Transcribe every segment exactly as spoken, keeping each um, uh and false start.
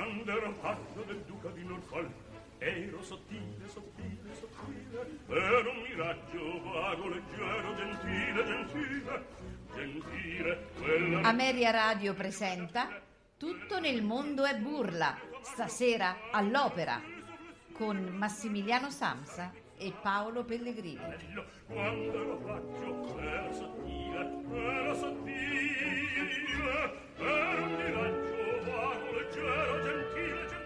quando ero paggio del duca di Norfolk, ero sottile, sottile, sottile, ero un miraggio vago, leggero, gentile, gentile, gentile. Quella... Ameria Radio presenta Tutto nel mondo è burla, stasera all'Opera, con Massimiliano Samsa e Paolo Pellegrini. Quando ero paggio, ero sottile, ero sottile, ero un miraggio vago, leggero, gentile, gentile.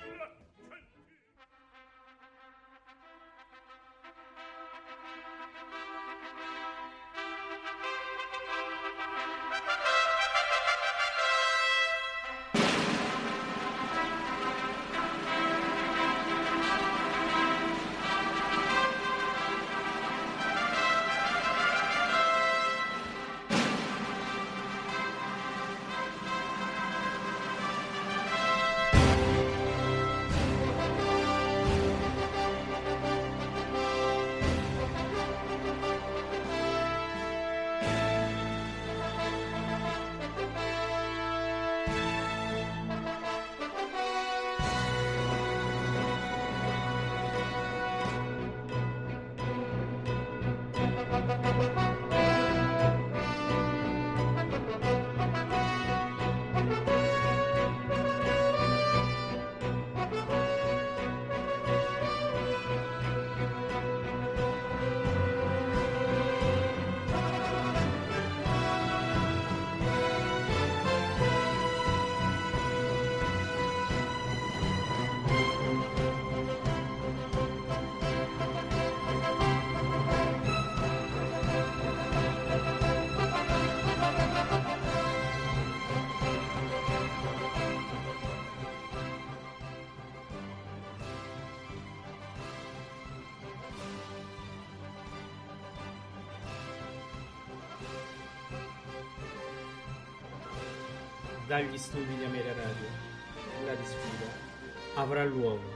Dagli studi di Ameria Radio, la disfida avrà luogo.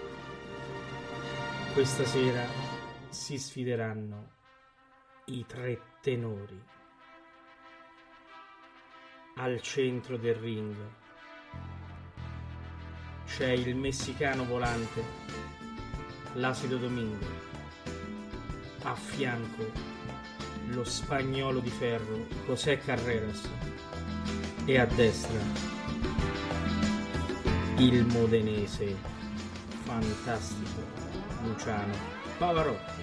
Questa sera si sfideranno i tre tenori. Al centro del ring c'è il messicano volante, l'Acido Domingo. A fianco lo spagnolo di ferro, José Carreras. E a destra il modenese fantastico Luciano Pavarotti.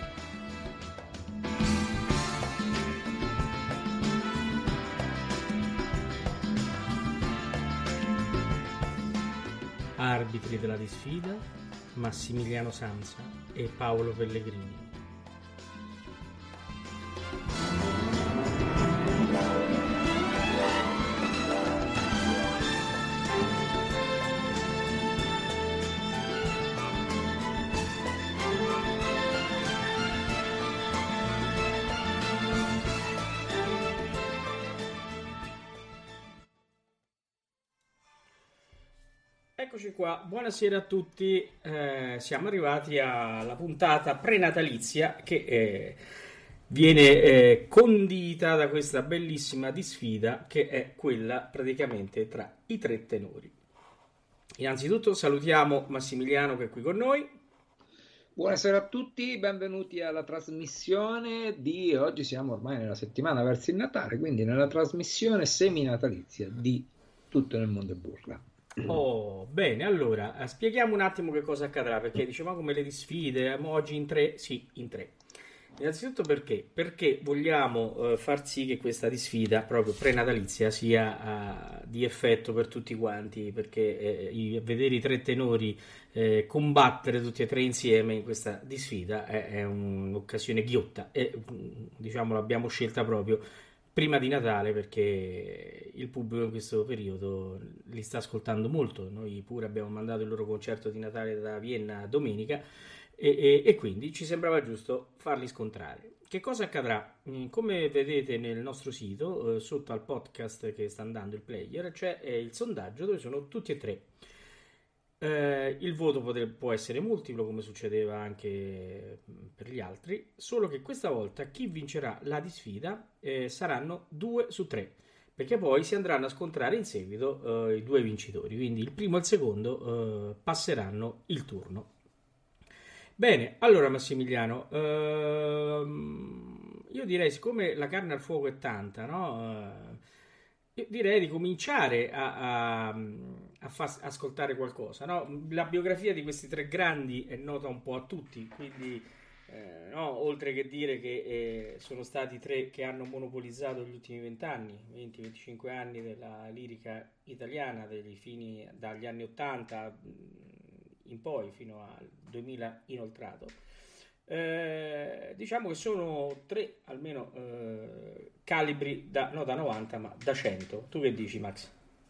Arbitri della disfida Massimiliano Samsa e Paolo Pellegrini. Eccoci qua, buonasera a tutti, eh, siamo arrivati alla puntata prenatalizia che eh, viene eh, condita da questa bellissima disfida che è quella praticamente tra i tre tenori. Innanzitutto salutiamo Massimiliano che è qui con noi. Buonasera a tutti, benvenuti alla trasmissione di oggi, siamo ormai nella settimana verso il Natale, quindi nella trasmissione seminatalizia di Tutto nel mondo è burla. Oh, bene, allora spieghiamo un attimo che cosa accadrà, perché dicevamo come le disfide, oggi in tre, sì, in tre. Innanzitutto perché? Perché vogliamo eh, far sì che questa disfida proprio prenatalizia sia uh, di effetto per tutti quanti, perché eh, i, vedere i tre tenori eh, combattere tutti e tre insieme in questa disfida è, è un'occasione ghiotta e diciamo l'abbiamo scelta proprio prima di Natale perché il pubblico in questo periodo li sta ascoltando molto. Noi pure abbiamo mandato il loro concerto di Natale da Vienna domenica e, e, e quindi ci sembrava giusto farli scontrare. Che cosa accadrà? Come vedete nel nostro sito, eh, sotto al podcast che sta andando il player, c'è eh, il sondaggio dove sono tutti e tre. Eh, il voto potrebbe, può essere multiplo come succedeva anche per gli altri, solo che questa volta chi vincerà la disfida eh, saranno due su tre, perché poi si andranno a scontrare in seguito eh, i due vincitori, quindi il primo e il secondo eh, passeranno il turno. Bene, allora Massimiliano, ehm, io direi, siccome la carne al fuoco è tanta, no? Eh, io direi di cominciare a, a, a far ascoltare qualcosa, no? La biografia di questi tre grandi è nota un po' a tutti, quindi eh, no? Oltre che dire che eh, sono stati tre che hanno monopolizzato gli ultimi vent'anni, venti venticinque anni della lirica italiana, degli fini dagli anni ottanta in poi fino al duemila inoltrato. Eh, diciamo che sono tre almeno eh, calibri da, no da novanta ma da cento. Tu che dici, Max?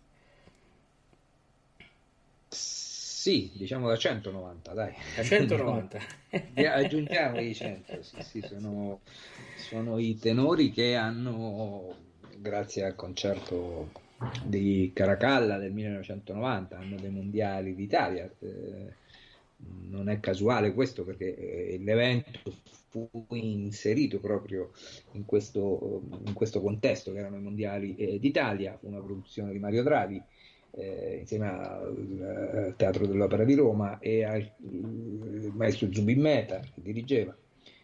Sì, diciamo da centonovanta, dai. Da centonovanta. Aggiungiamo i cento, sì, sì, sono, sono i tenori che hanno, grazie al concerto di Caracalla del millenovecentonovanta, hanno dei mondiali d'Italia. Eh, non è casuale questo, perché eh, l'evento fu inserito proprio in questo, in questo contesto, che erano i mondiali eh, d'Italia. Fu una produzione di Mario Dravi eh, insieme al, al Teatro dell'Opera di Roma e al il maestro Zubin Mehta, che dirigeva.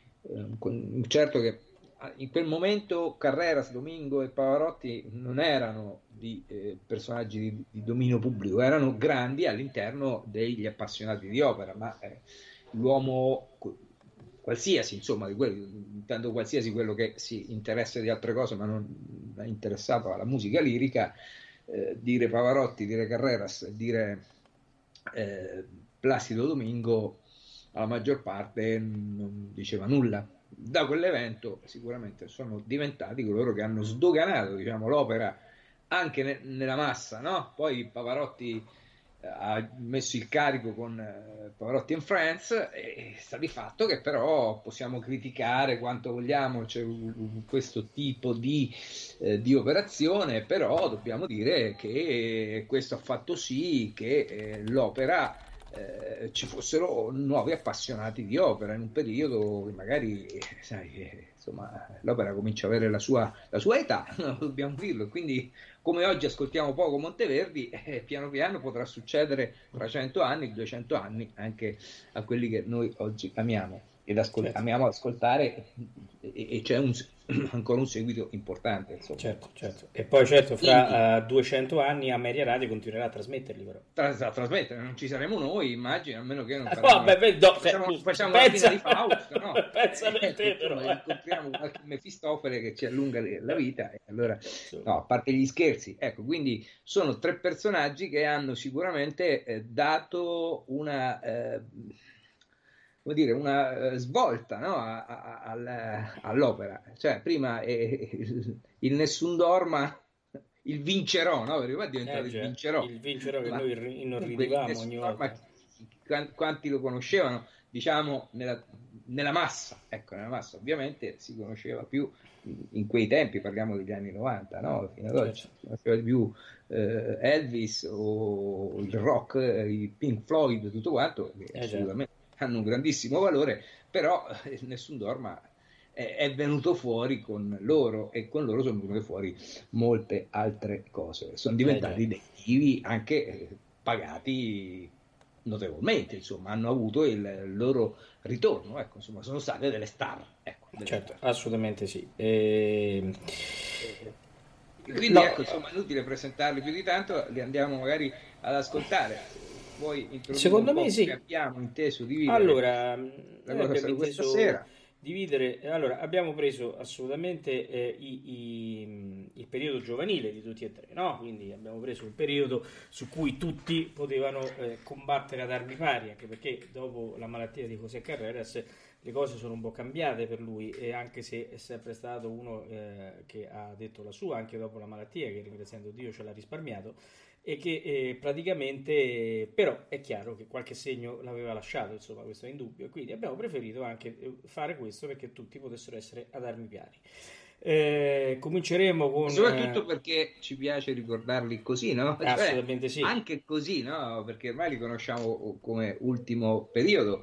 Eh, certo che in quel momento Carreras, Domingo e Pavarotti non erano di eh, personaggi di, di dominio pubblico, erano grandi all'interno degli appassionati di opera, ma eh, l'uomo qualsiasi, insomma, di quello, intendo qualsiasi, quello che si interessa di altre cose ma non è interessato alla musica lirica, eh, dire Pavarotti, dire Carreras, dire eh, Placido Domingo, alla maggior parte non diceva nulla. Da quell'evento sicuramente sono diventati coloro che hanno sdoganato, diciamo, l'opera anche ne- nella massa, no? Poi Pavarotti eh, ha messo il carico con eh, Pavarotti and Friends, e sta di fatto che però possiamo criticare quanto vogliamo, c'è un- un- questo tipo di, eh, di operazione, però dobbiamo dire che questo ha fatto sì che eh, l'opera Eh, ci fossero nuovi appassionati di opera in un periodo che magari, sai, eh, insomma, l'opera comincia a avere la sua, la sua età, no? Dobbiamo dirlo, quindi come oggi ascoltiamo poco Monteverdi, eh, piano piano potrà succedere tra cento anni, duecento anni anche a quelli che noi oggi amiamo ed ascol- Certo. amiamo ascoltare, e, e c'è un, ancora un seguito importante, insomma. Certo, certo. E poi certo fra uh, duecento anni Ameria Radio continuerà a trasmetterli, però. Tra, a trasmettere, non ci saremo noi, immagino, a meno che non Ah, faremo, no, beh, beh, no, facciamo, eh, facciamo pensa- la fine di Fausto, no? pensa per te, Eh, però. insomma, incontriamo qualche Mefistofele che ci allunga la vita, e allora, Insomma. no, a parte gli scherzi, ecco, quindi sono tre personaggi che hanno sicuramente eh, dato una eh, come dire, una eh, svolta, no? a, a, a, all'opera. Cioè, prima eh, il, il Nessun Dorma, il Vincerò, no? Perché poi è diventato Eh, il già, Vincerò. il Vincerò che Ma noi ri- comunque il inorridivamo Nessun ogni Dorma, volta. quan- quanti lo conoscevano, diciamo, nella, nella massa. Ecco, nella massa ovviamente si conosceva più in quei tempi, parliamo degli anni novanta, no? Fino ad oggi Certo. si conosceva di più eh, Elvis o il rock, eh, i Pink Floyd, tutto quanto, che Eh, già. assolutamente hanno un grandissimo valore, però eh, Nessun Dorma è, è venuto fuori con loro, e con loro sono venute fuori molte altre cose. Sono diventati Eh, dei divi anche eh, pagati notevolmente, insomma, hanno avuto il loro ritorno, ecco, insomma, sono state delle star, ecco, delle Certo, star. assolutamente sì. E... Quindi No. ecco, insomma, è inutile presentarli più di tanto, li andiamo magari ad ascoltare. Vuoi introdurre Secondo un po' me sì. come abbiamo inteso dividere Allora, la noi cosa abbiamo questa inteso sera? dividere. Allora, abbiamo preso assolutamente eh, i- i- il periodo giovanile di tutti e tre, no? Quindi abbiamo preso un periodo su cui tutti potevano eh, combattere ad armi pari, anche perché dopo la malattia di José Carreras le cose sono un po' cambiate per lui, e anche se è sempre stato uno eh, che ha detto la sua anche dopo la malattia, che ringraziando Dio ce l'ha risparmiato, e che eh, praticamente però è chiaro che qualche segno l'aveva lasciato, insomma, questo è indubbio, e quindi abbiamo preferito anche eh, fare questo perché tutti potessero essere ad armi pari. Eh, cominceremo con Soprattutto eh, perché ci piace ricordarli così, no? Cioè, assolutamente sì. anche così, no? Perché ormai li conosciamo come ultimo periodo,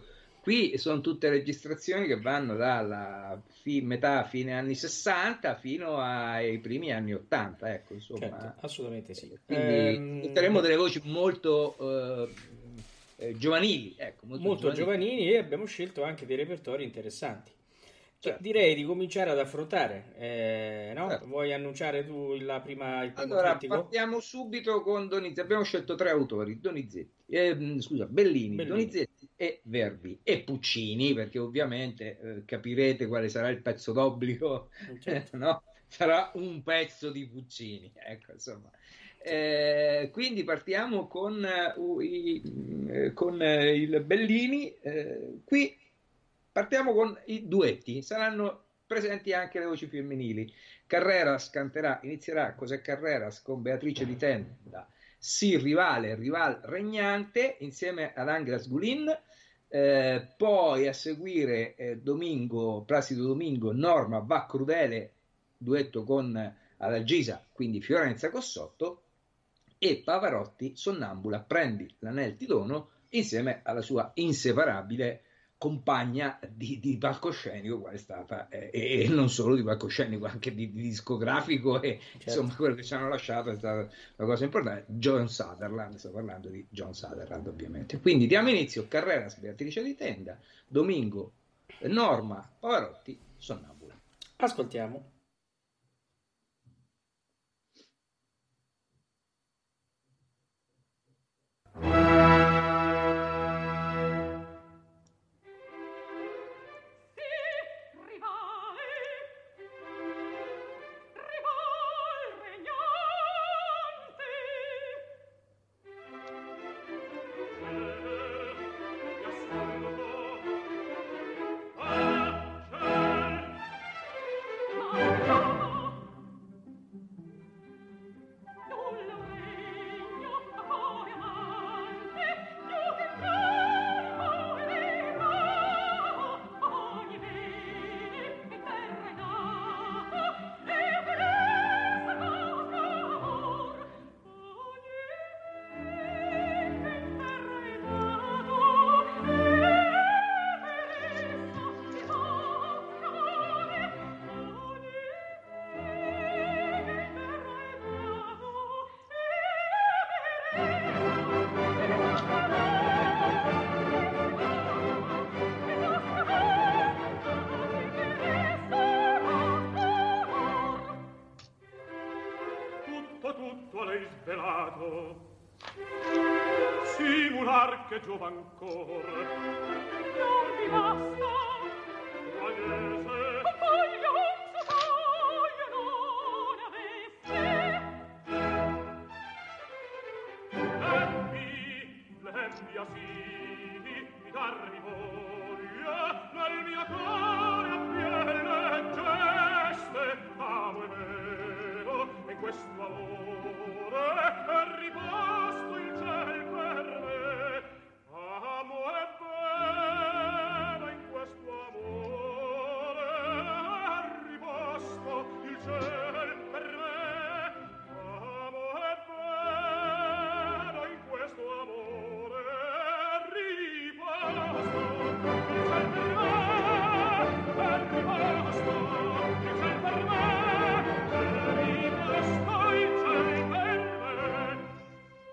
Qui sono tutte registrazioni che vanno dalla fi- metà fine anni sessanta fino ai primi anni ottanta, ecco, insomma. Certo, assolutamente sì. Quindi Ehm, sentiremo delle voci molto eh, eh, giovanili, ecco, molto, molto giovanili. giovanili, e abbiamo scelto anche dei repertori interessanti. Che Certo. direi di cominciare ad affrontare, eh, no? Certo. Vuoi annunciare tu la prima, il primo Allora, trittico? partiamo subito con Donizetti. Abbiamo scelto tre autori: Donizetti, eh, mh, scusa, Bellini, Bellini. Donizetti e Verdi e Puccini, perché ovviamente eh, capirete quale sarà il pezzo d'obbligo, Certo. no? Sarà un pezzo di Puccini, ecco, insomma. Eh, quindi partiamo con, eh, i- eh, con eh, il Bellini. Eh, qui partiamo con i duetti, saranno presenti anche le voci femminili. Carreras canterà, inizierà Cos'è Carreras con Beatrice di Tenda, Sì rivale, rival regnante, insieme ad Angela Sgulin. Eh, poi a seguire eh, Domingo, Placido Domingo, Norma va crudele, duetto con Adalgisa, quindi Fiorenza Cossotto, e Pavarotti, Sonnambula, prendi l'anel ti dono, insieme alla sua inseparabile compagna di, di palcoscenico, qual è stata, eh, e non solo di palcoscenico, anche di, di discografico, e Certo. insomma quello che ci hanno lasciato è stata una cosa importante. John Sutherland, sto parlando di John Sutherland ovviamente. Quindi diamo inizio: Carreras, Beatrice di Tenda, Domingo, Norma, Pavarotti, Sonnambula. Ascoltiamo. Tutto, tutto a lei svelato, simular che giova ancor. Non mi basta, guagliese, compaglione, io non avesse. Lempi, lempi asì, mi dar mi voglia, nel mio cuore a pielle geste, amo e vedo, in questo amore è riposto il ciel per me. Amo e vedo, in questo amore è riposto il ciel per me. Amo e vedo, in questo amore è riposto il ciel per me. È riposto il ciel per me. È riposto il ciel per me.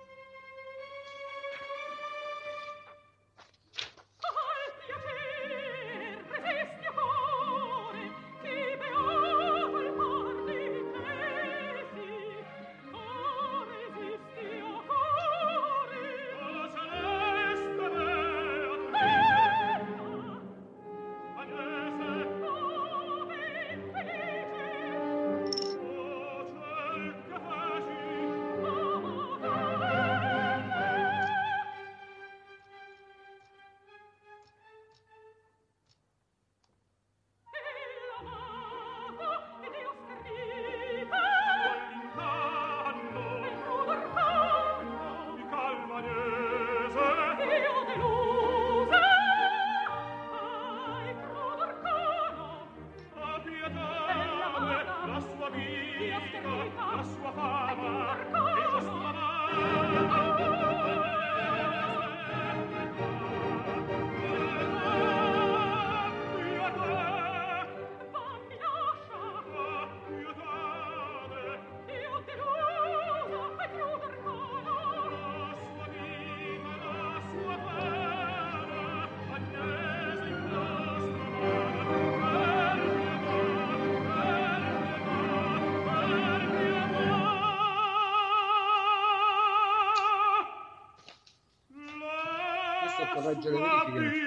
posso correggere verifiche.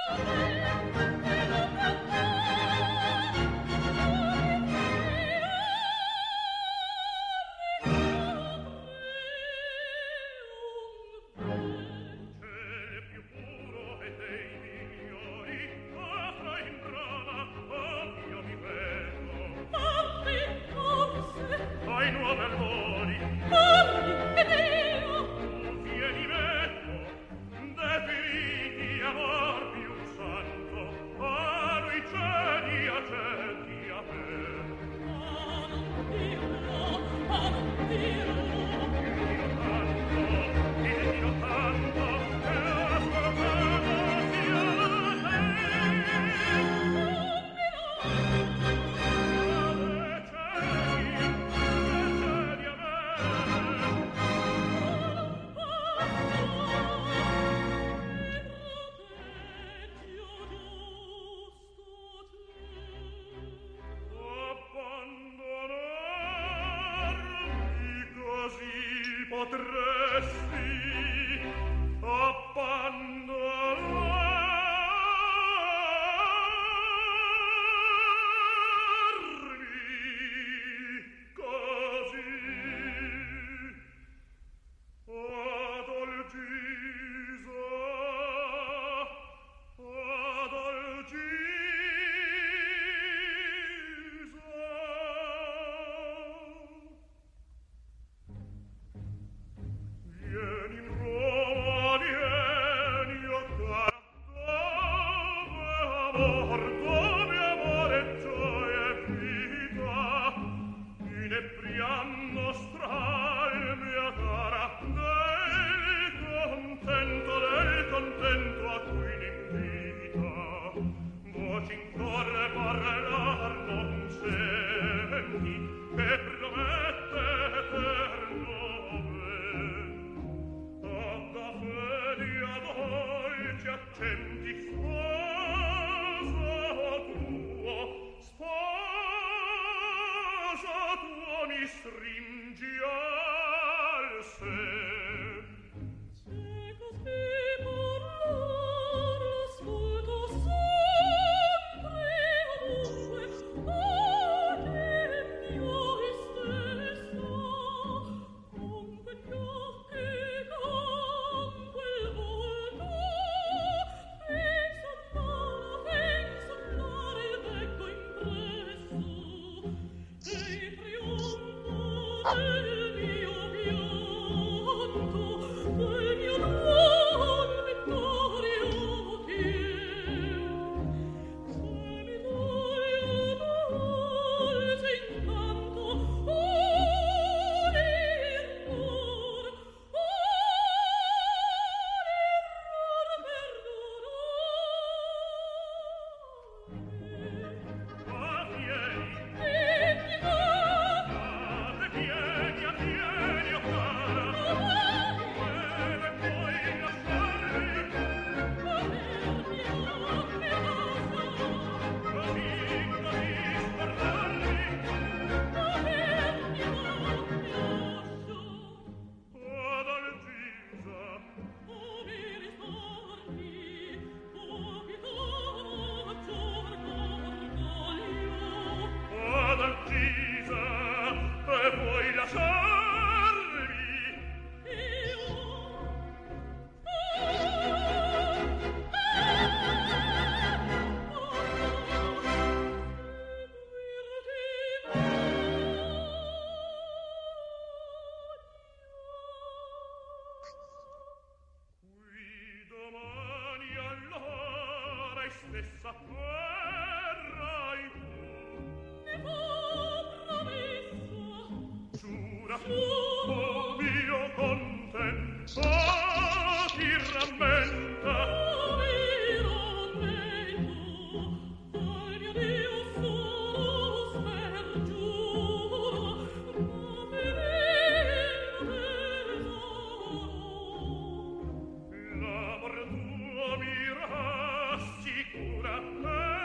Sicura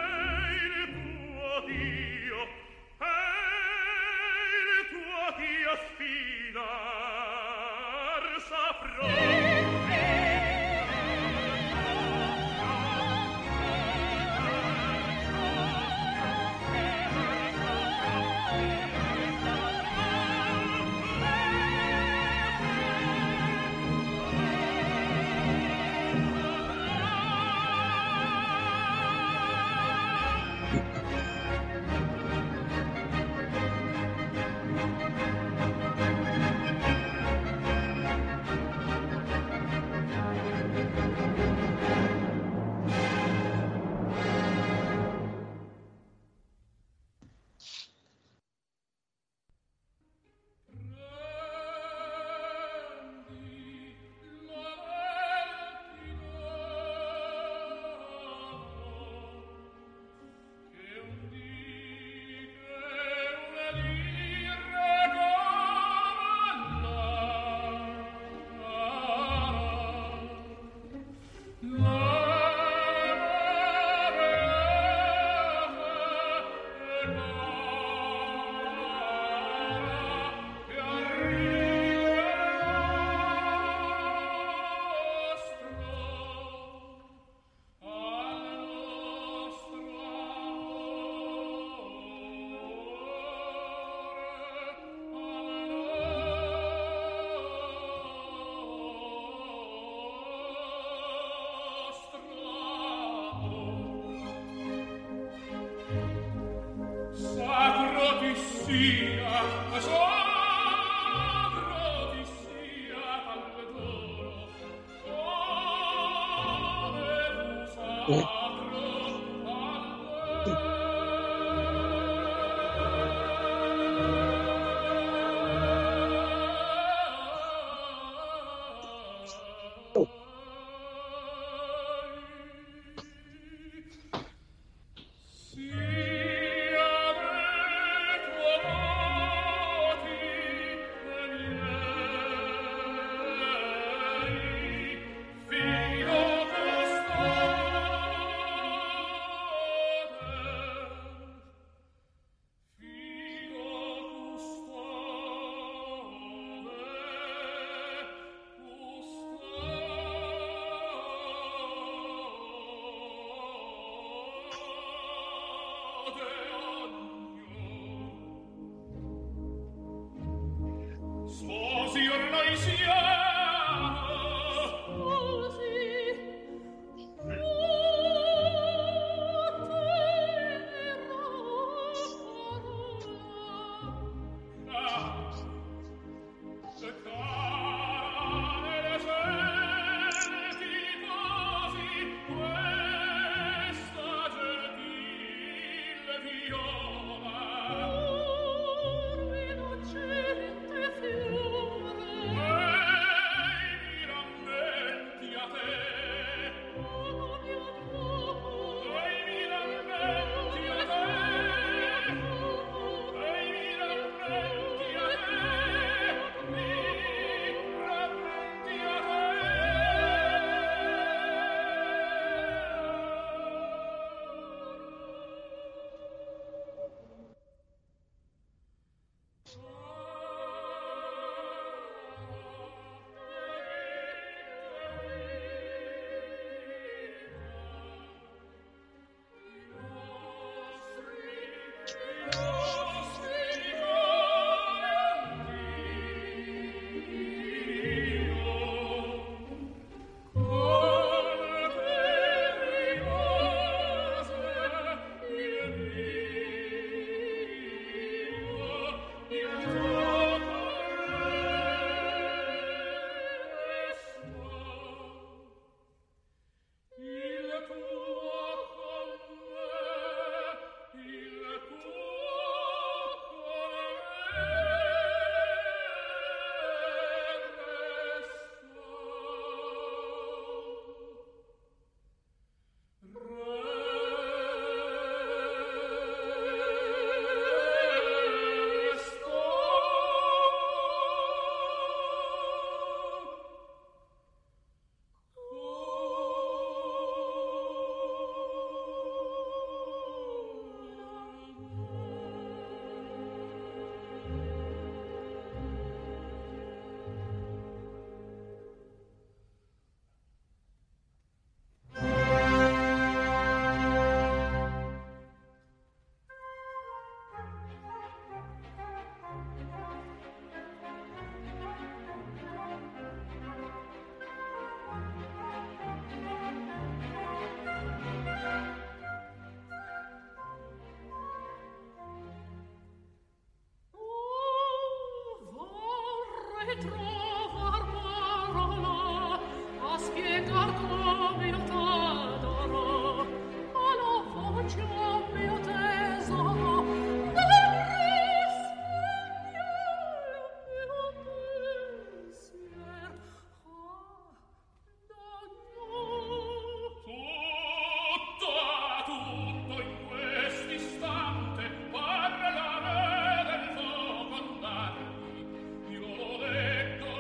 Io leggo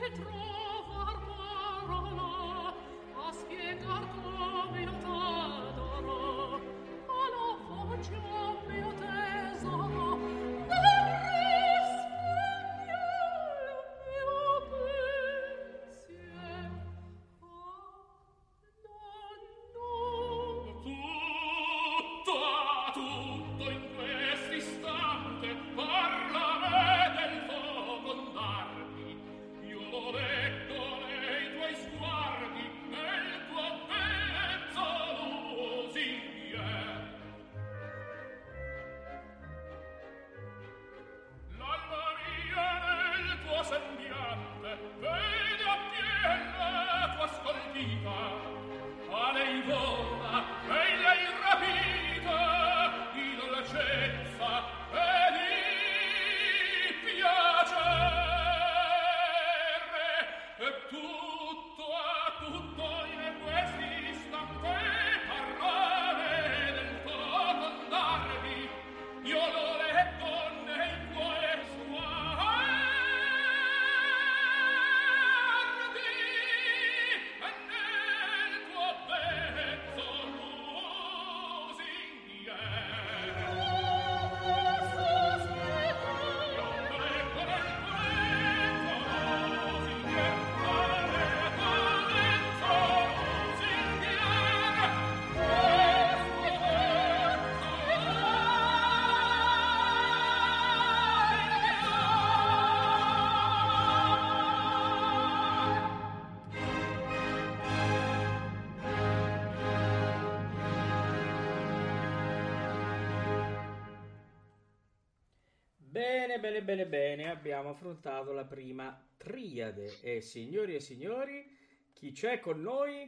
Bene, bene, bene, bene, abbiamo affrontato la prima triade e signori e signori, chi c'è con noi?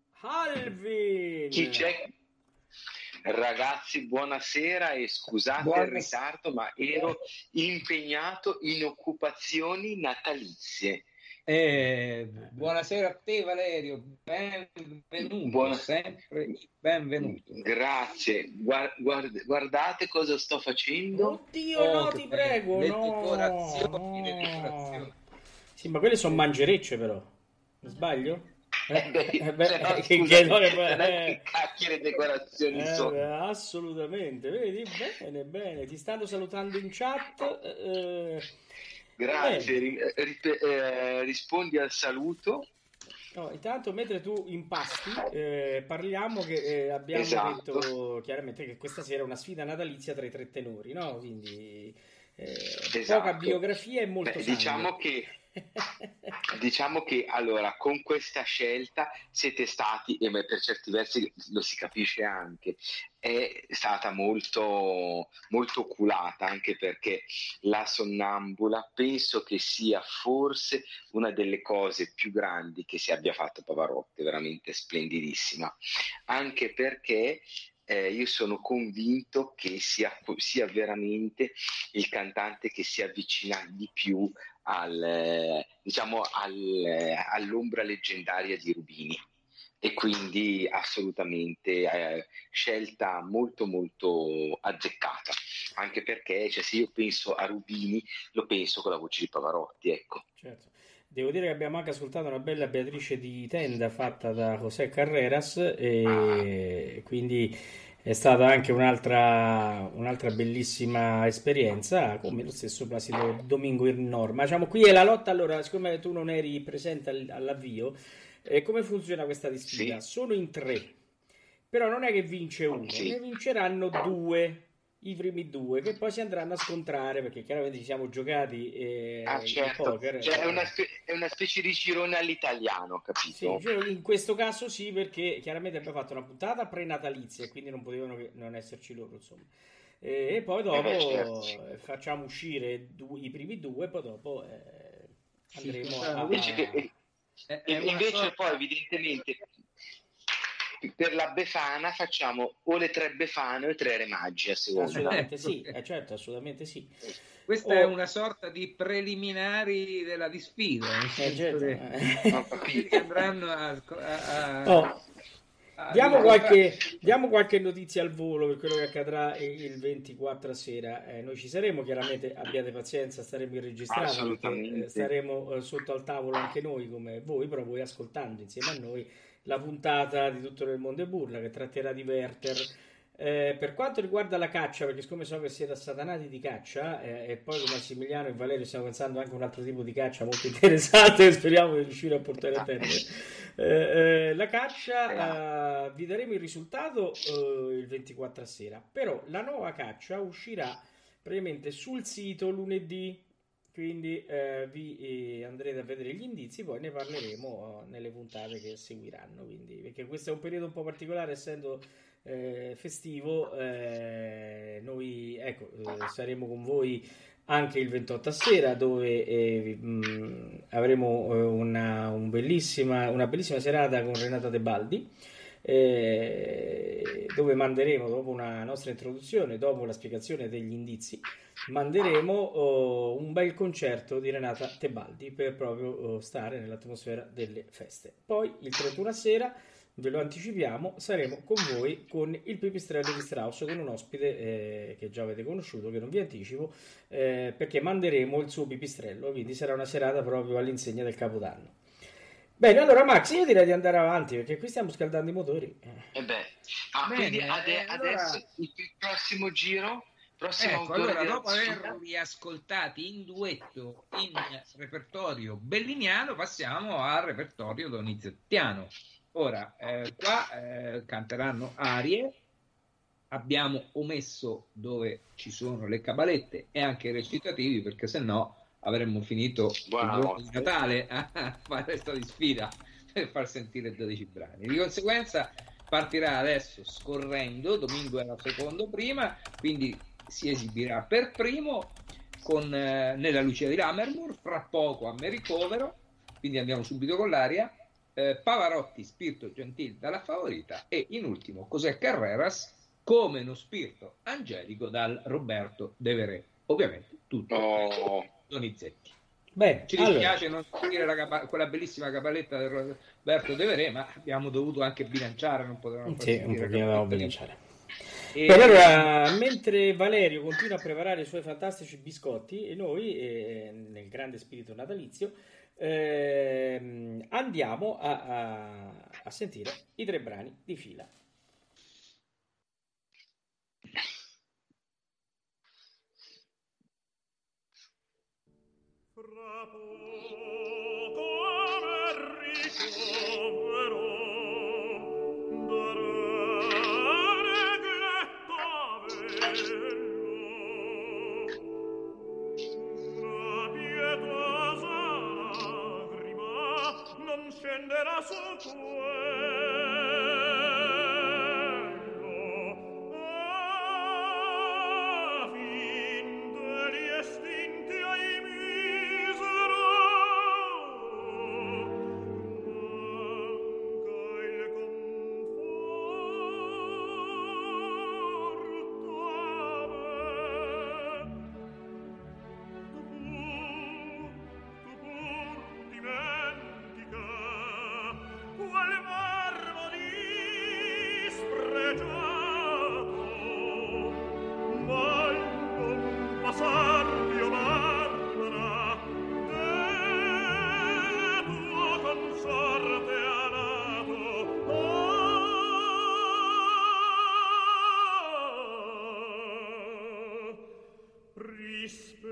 Alvin! Chi c'è? Ragazzi, buonasera e scusate Buonasera. il ritardo, ma ero impegnato in occupazioni natalizie. Eh, buonasera a te Valerio, benvenuto, Buona- sempre benvenuto. Grazie. Guar- guard- guardate cosa sto facendo. Oddio, Oh, no, che ti bello. prego, Le no, decorazioni, le no. decorazioni. Sì, ma quelle sono mangerecce però, sbaglio? Eh, beh, Eh, beh, se no, che scusami, chiedone, se no, eh. che cacchio le decorazioni Eh, sono. beh, assolutamente, vedi, bene, bene, ti stanno salutando in chat. eh, Grazie, bene. ri- ri- eh, rispondi al saluto. No, intanto mentre tu impasti, eh, parliamo che eh, abbiamo Esatto. detto chiaramente che questa sera è una sfida natalizia tra i tre tenori, no? Quindi eh, Esatto. poca biografia e molto Beh, sangue. diciamo che Diciamo che allora con questa scelta siete stati, e per certi versi lo si capisce anche, è stata molto, molto oculata, anche perché La Sonnambula penso che sia forse una delle cose più grandi che si abbia fatto Pavarotti, veramente splendidissima, anche perché eh, io sono convinto che sia, sia veramente il cantante che si avvicina di più al, eh, diciamo al, eh, all'ombra leggendaria di Rubini, e quindi assolutamente eh, scelta molto molto azzeccata, anche perché cioè, se io penso a Rubini lo penso con la voce di Pavarotti, ecco. Certo. Devo dire che abbiamo anche ascoltato una bella Beatrice di Tenda fatta da José Carreras e quindi è stata anche un'altra un'altra bellissima esperienza, come lo stesso Placido Domingo in Norma. Diciamo, qui è la lotta, allora, siccome tu non eri presente all- all'avvio, eh, come funziona questa di sfida? Sì. Sono in tre, però non è che vince uno, Sì. ne vinceranno due, i primi due, che poi si andranno a scontrare, perché chiaramente ci siamo giocati eh, Ah, il certo, poker. cioè, è, una spe- è una specie di girone all'italiano, Sì, capito? cioè, in questo caso sì, perché chiaramente abbiamo fatto una puntata prenatalizia e quindi non potevano che non esserci loro, insomma. E, e poi dopo Eh beh, certo. eh, facciamo uscire du- i primi due, poi dopo eh, Sì, andremo questa- a... Invece, che, e- È- e- è una invece sorta- poi evidentemente per la Befana facciamo o le tre Befane o i tre Re Magi a seconda. Assolutamente sì, eh, certo, assolutamente sì. Questa Oh. è una sorta di preliminari della di sfida, nel Eh, senso certo. che Ho eh. capito. che andranno a, a- a- Oh. Diamo qualche, diamo qualche notizia al volo per quello che accadrà il ventiquattro sera. Eh, noi ci saremo, chiaramente abbiate pazienza, staremo registrando perché eh, staremo eh, sotto al tavolo anche noi come voi, però voi ascoltando insieme a noi la puntata di Tutto nel mondo è burla che tratterà di Werther. Eh, per quanto riguarda la caccia, perché siccome so che siete assatanati di caccia eh, e poi con Massimiliano e Valerio stiamo pensando anche a un altro tipo di caccia molto interessante speriamo di riuscire a portare a termine eh, eh, la caccia, eh, vi daremo il risultato eh, il ventiquattro sera, però la nuova caccia uscirà praticamente sul sito lunedì, quindi eh, vi eh, andrete a vedere gli indizi, poi ne parleremo eh, nelle puntate che seguiranno, quindi, perché questo è un periodo un po' particolare essendo Eh, festivo, eh, noi ecco eh, saremo con voi anche il ventotto a sera dove eh, mh, avremo eh, una, un bellissima, una bellissima serata con Renata Tebaldi eh, dove manderemo dopo una nostra introduzione, dopo la spiegazione degli indizi manderemo oh, un bel concerto di Renata Tebaldi per proprio oh, stare nell'atmosfera delle feste. Poi il trentuno a sera, ve lo anticipiamo, saremo con voi con il Pipistrello di Strauss, con un ospite eh, che già avete conosciuto, che non vi anticipo, eh, perché manderemo il suo pipistrello, quindi sarà una serata proprio all'insegna del Capodanno. Bene, allora Max, io direi di andare avanti, perché qui stiamo scaldando i motori. E eh beh, ah, Bene, quindi ade- eh, allora... adesso il prossimo giro... Prossimo ecco, allora dopo averli ascoltati in duetto in repertorio belliniano passiamo al repertorio donizettiano. Ora, eh, qua eh, canteranno arie, abbiamo omesso dove ci sono le cabalette e anche i recitativi, perché se no avremmo finito Buona il giorno notte. di Natale a fare questa di sfida per far sentire dodici brani. Di conseguenza partirà adesso scorrendo, Domingo era secondo prima, quindi si esibirà per primo con eh, Nella Lucia di Lammermoor, fra poco a Me Ricovero, quindi andiamo subito con l'aria. Eh, Pavarotti, Spirito Gentil dalla Favorita e in ultimo José Carreras, Come uno spirito angelico dal Roberto De Veré, ovviamente tutto Oh. Donizetti. Beh, Ci dispiace allora non sentire la capa- quella bellissima capaletta del Roberto De Veré, ma abbiamo dovuto anche bilanciare, non potevamo sì, un pochino dovevamo bilanciare. E... Beh, allora, mentre Valerio continua a preparare i suoi fantastici biscotti e noi, eh, nel grande spirito natalizio, eh, andiamo a, a, a sentire i tre brani di fila. Fra poco a Me Ricovero scenderà su quello a fin degli estinti ai misero manca il conforto a me tu pur, tu pur dimentica qual marmo dispregiato, ma non passar più barbara de tuo consorte alato. Ah, rispetta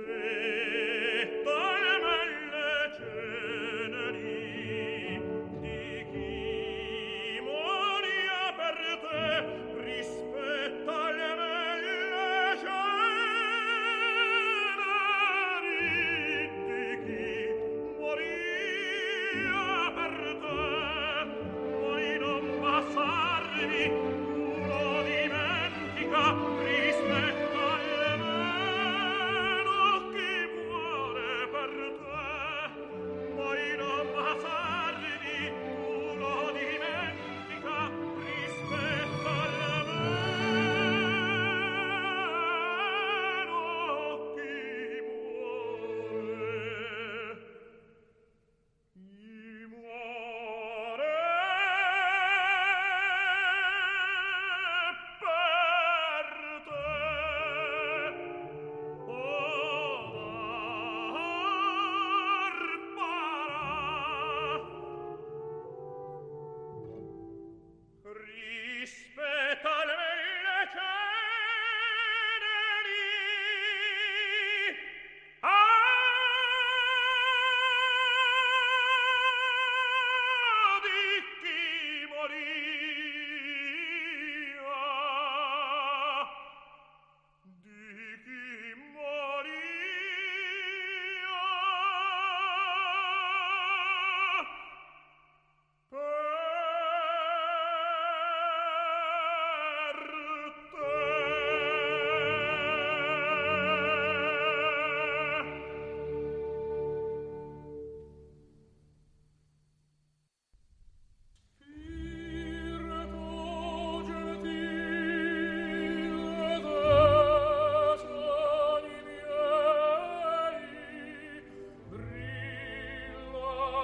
le belle ceneri di chi moria per te, rispetta le belle ceneri di chi moria per te, poi non passarvi, tu lo dimentica, rispetta le meno chi muore per te, poi non passarvi, tu lo dimentica, rispetta le meno chi muore. Chi muore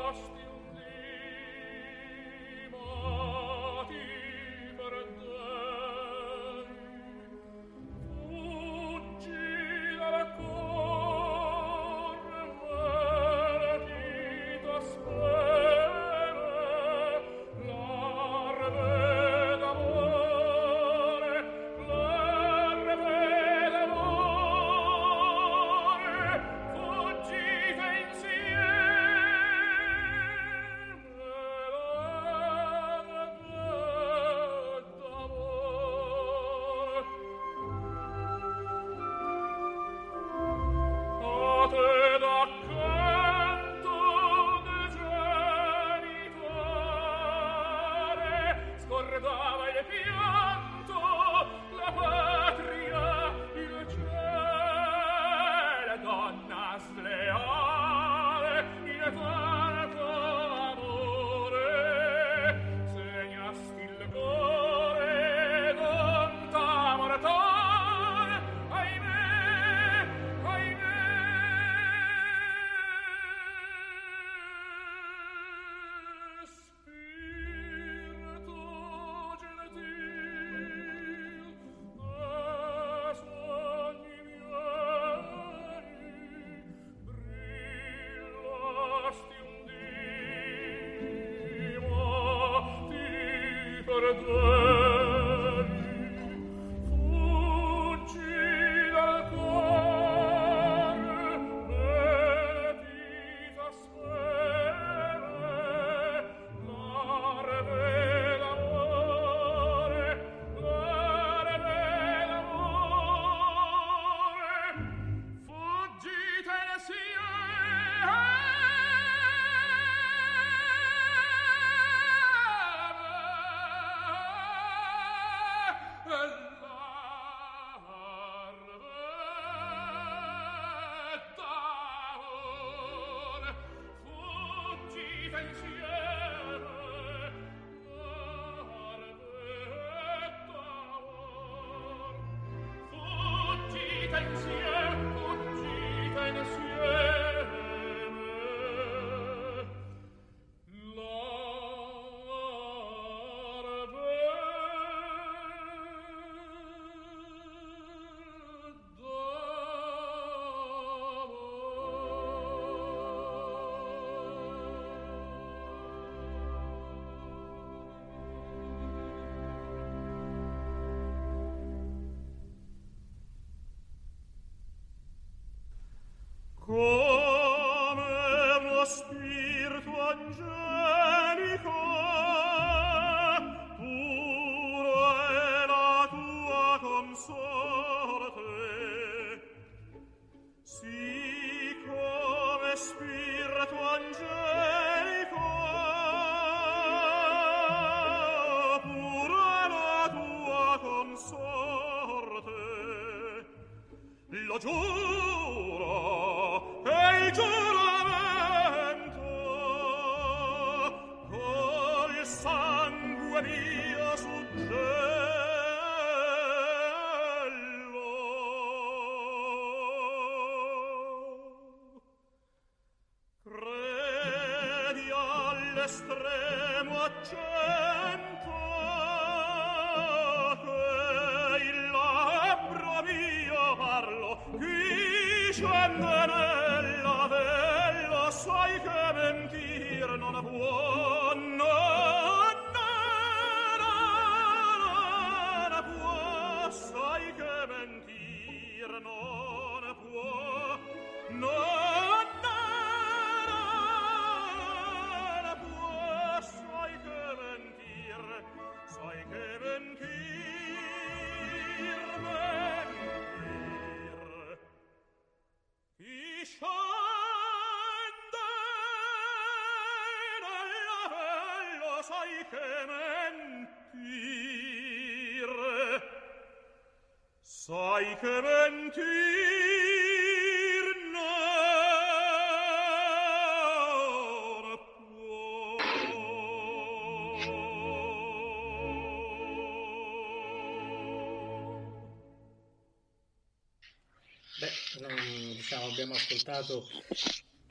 Beh, non, diciamo, abbiamo ascoltato tre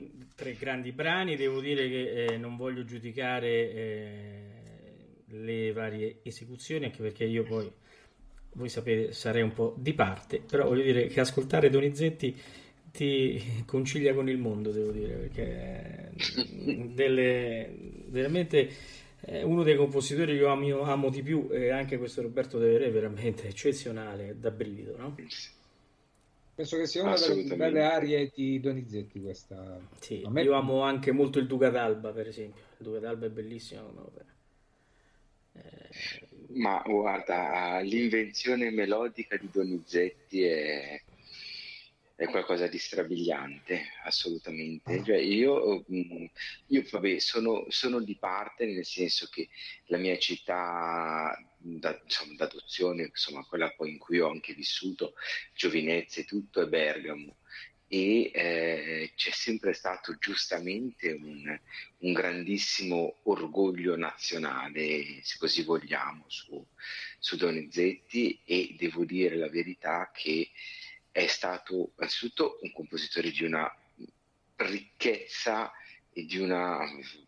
tre grandi brani. Devo dire che eh, non voglio giudicare eh, le varie esecuzioni, anche perché io poi, voi sapete, sarei un po' di parte, però voglio dire che ascoltare Donizetti ti concilia con il mondo, devo dire, perché delle, veramente è uno dei compositori che io amo, amo di più, e anche questo Roberto De Verè è veramente eccezionale, da brivido, no? Penso che sia una delle più belle arie di Donizetti questa. Sì, A me... io amo anche molto il Duca d'Alba, per esempio. Il Duca d'Alba è bellissimo come opera. Eh... Ma guarda, l'invenzione melodica di Donizetti è, è qualcosa di strabiliante, assolutamente. Cioè, io, io vabbè, sono, sono di parte, nel senso che la mia città da, insomma, d'adozione, insomma, quella poi in cui ho anche vissuto, giovinezza e tutto, è Bergamo. E eh, c'è sempre stato giustamente un, un grandissimo orgoglio nazionale, se così vogliamo, su, su Donizetti, e devo dire la verità che è stato innanzitutto un compositore di una ricchezza e di una,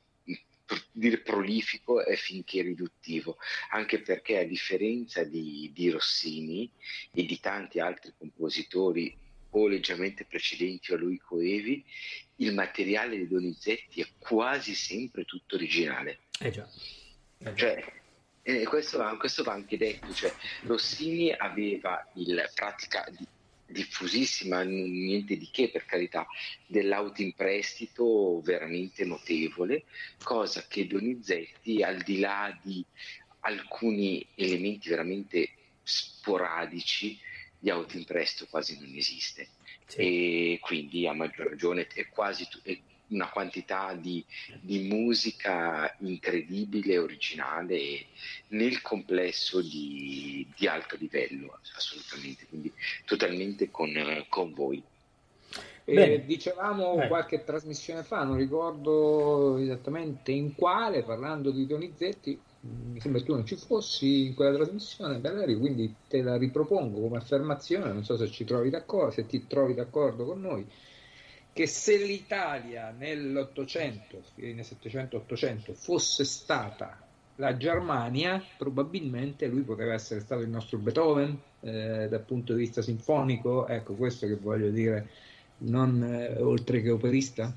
dire prolifico è finché riduttivo, anche perché a differenza di, di Rossini e di tanti altri compositori o leggermente precedenti a lui coevi, il materiale di Donizetti è quasi sempre tutto originale. Eh già. Eh già. Cioè, eh, questo, va, questo va anche detto, cioè, Rossini aveva il pratica di, diffusissima, niente di che, per carità, dell'auto in prestito veramente notevole, cosa che Donizetti, al di là di alcuni elementi veramente sporadici, di auto in prestito quasi non esiste. Sì. E quindi a maggior ragione è quasi è una quantità di, di musica incredibile, originale e nel complesso di, di alto livello, assolutamente, quindi totalmente con, con voi. Eh, dicevamo Beh. qualche trasmissione fa, non ricordo esattamente in quale, parlando di Donizetti, mi sembra che tu non ci fossi in quella trasmissione, Belleri, quindi te la ripropongo come affermazione, non so se ci trovi d'accordo, se ti trovi d'accordo con noi, che se l'Italia nell'Ottocento, nel Settecento Ottocento fosse stata la Germania, probabilmente lui poteva essere stato il nostro Beethoven eh, dal punto di vista sinfonico, ecco questo che voglio dire, non eh, oltre che operista.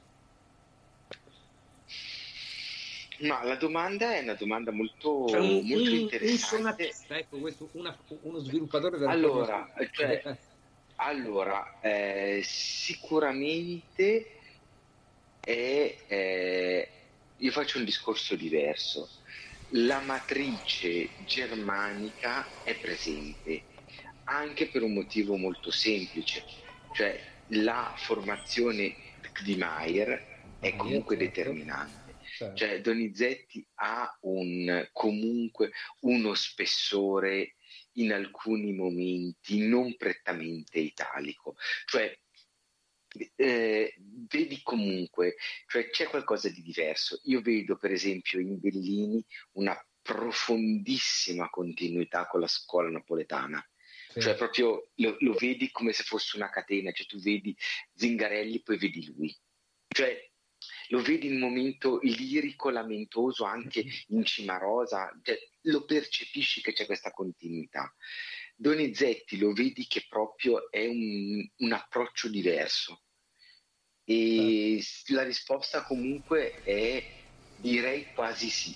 No, la domanda è una domanda molto, cioè, un, molto interessante. Un ecco, questo, una, uno sviluppatore della allora, cioè, allora eh, sicuramente è, eh, io faccio un discorso diverso. La matrice germanica è presente anche per un motivo molto semplice, cioè la formazione di Mahler è comunque determinante. Cioè Donizetti ha un, comunque uno spessore in alcuni momenti non prettamente italico, cioè eh, vedi comunque, cioè c'è qualcosa di diverso. Io vedo per esempio in Bellini una profondissima continuità con la scuola napoletana. Sì. Cioè proprio lo, lo vedi come se fosse una catena, cioè tu vedi Zingarelli poi vedi lui, cioè lo vedi in un momento lirico, lamentoso, anche in Cimarosa, cioè, lo percepisci che c'è questa continuità. Donizetti lo vedi che proprio è un, un approccio diverso e sì. La risposta comunque è direi quasi sì.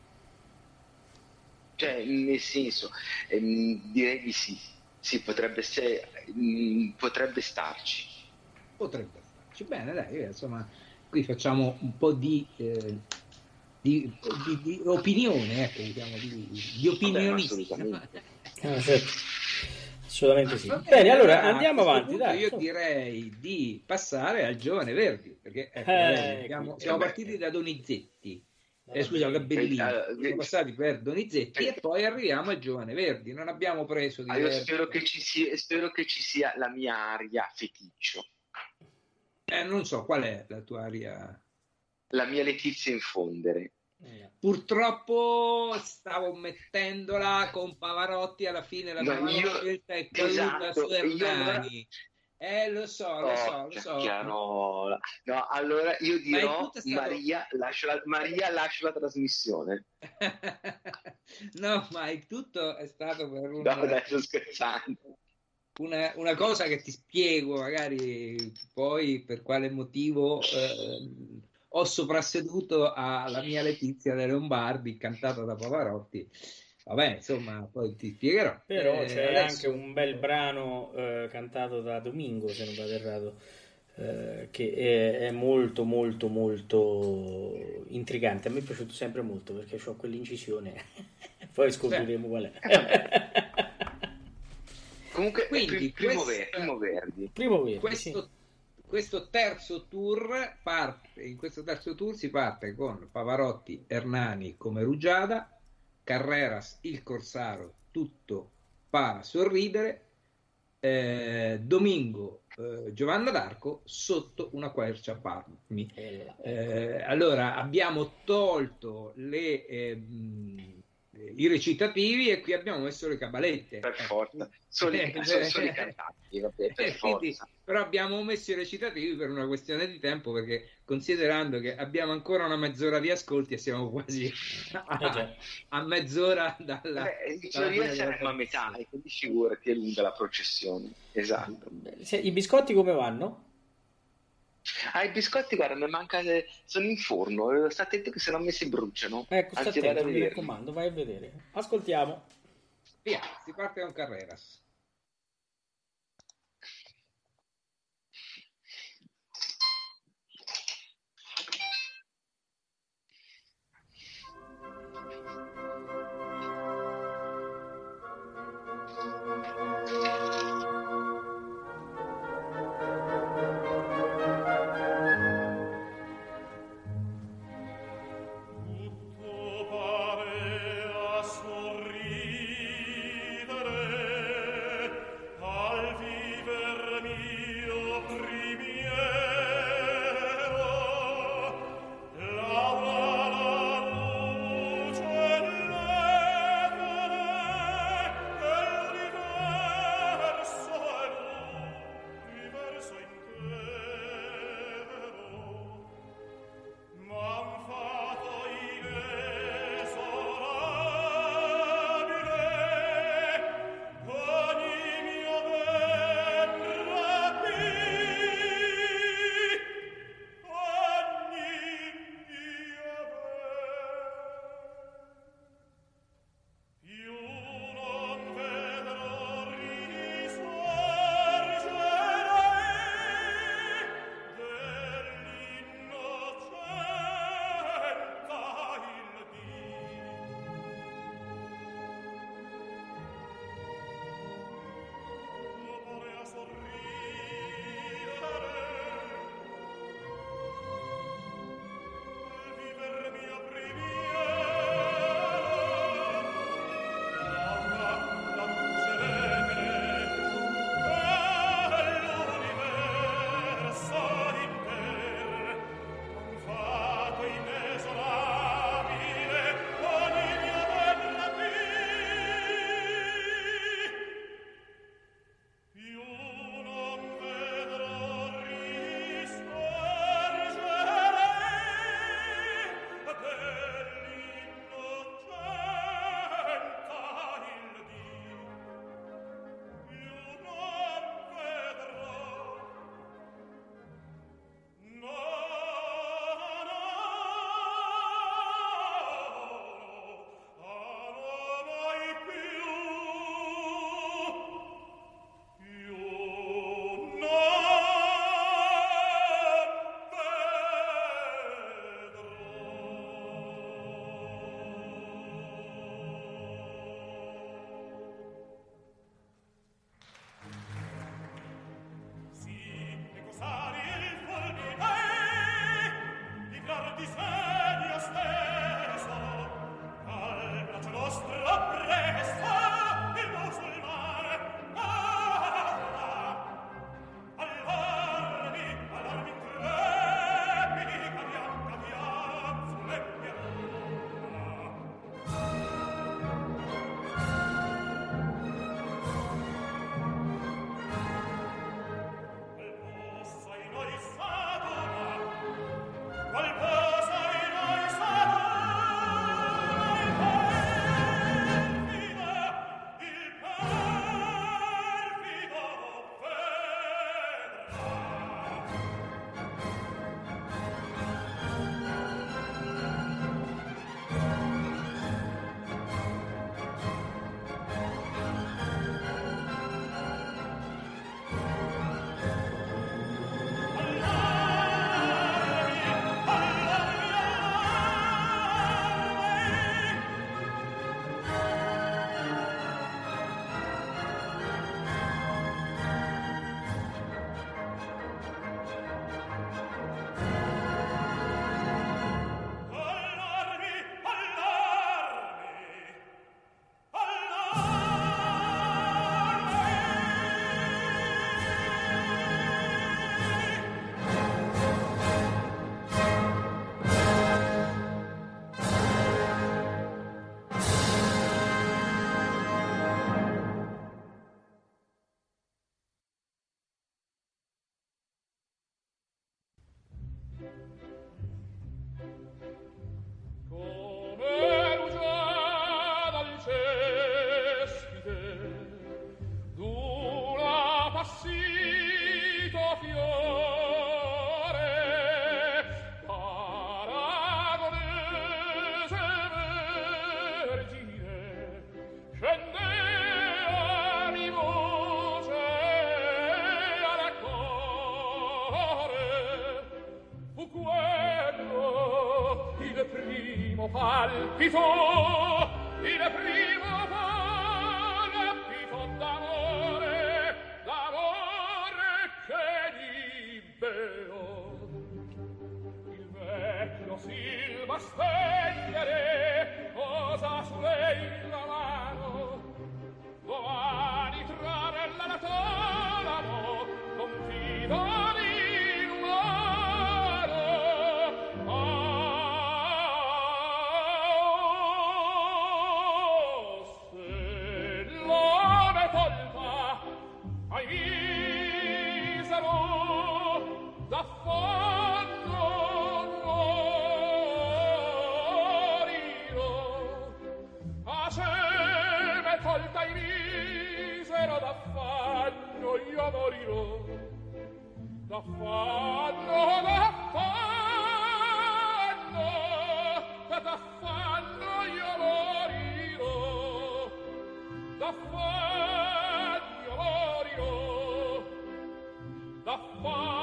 Cioè nel senso ehm, direi di sì, sì potrebbe, essere, mh, potrebbe starci. Potrebbe starci, bene dai, insomma... Qui facciamo un po' di, eh, di, di, di opinione, ecco, diciamo, di, di opinionisti. Vabbè, ah, certo. Assolutamente sì. Bene, bene, allora andiamo avanti. Dai. Io direi di passare al giovane Verdi, perché ecco, eh, abbiamo, siamo partiti da Donizetti, eh, scusa, da Bellini, siamo passati per Donizetti e poi arriviamo al giovane Verdi. Non abbiamo preso di ah, io spero che, ci sia, spero che ci sia la mia aria feticcio. Eh, non so, qual è la tua aria? La mia Letizia Infondere. Purtroppo stavo mettendola con Pavarotti, alla fine la no, io, scelta è caduta esatto, su Hernani. Eh, lo so, lo so, Oh, lo so. chiacchierola. No, allora io Ma il dirò tutto è stato- Maria, lascia la, Maria, lascia la trasmissione. No, ma il tutto è stato per un- No, dai, sto scherzando. una, una cosa che ti spiego, magari poi per quale motivo eh, ho soprasseduto alla mia Letizia De Lombardi, cantata da Pavarotti. Vabbè, insomma, poi ti spiegherò. Però Eh, c'è adesso- anche un bel brano eh, cantato da Domingo, se non vado errato, eh, che è, è molto molto molto intrigante. A me è piaciuto sempre molto perché ho quell'incisione. Poi scopriremo qual è. Comunque, Quindi, pri- primo, questa- Ver- primo Verdi. Primo Verdi, questo, sì. questo terzo tour parte, in questo terzo tour si parte con Pavarotti, Hernani come Rugiada, Carreras, il Corsaro, tutto para sorridere, eh, Domingo, eh, Giovanna d'Arco sotto una quercia Parmi. E là, ecco. Eh, allora abbiamo tolto le, eh, mh, i recitativi e qui abbiamo messo le cabalette. Per Ecco. forza. Soli, Eh, sono solo i cantanti, vabbè, per eh, quindi- forza. però abbiamo messo i recitativi per una questione di tempo, perché considerando che abbiamo ancora una mezz'ora di ascolti e siamo quasi a, Eh già. a mezz'ora dalla, Beh, in dalla teoria fine della saremmo a metà, trasmissione. e quindi figurati, è lunga la processione. Esatto. Se- I biscotti come vanno? Ah, i biscotti, guarda, mi manca, sono in forno, sta attento che se no mi si bruciano. Ecco, sta Anzi, vado a attento, mi vedere. raccomando, vai a vedere. Ascoltiamo. Via, si parte con Carreras. Tutto parea sorridere primo palpito, il primo palpito d'amore, d'amore che libero. Il vecchio silva spegnere, posa su lei la mano, domani trarre la tolamo, confido in umano. Oh, se l'ome colpa ai misero d'affanno morirò, a se m'è colpa ai misero d'affanno io morirò, d'affanno, d'affanno, d'affanno io morirò, d'affanno io morirò, d'affanno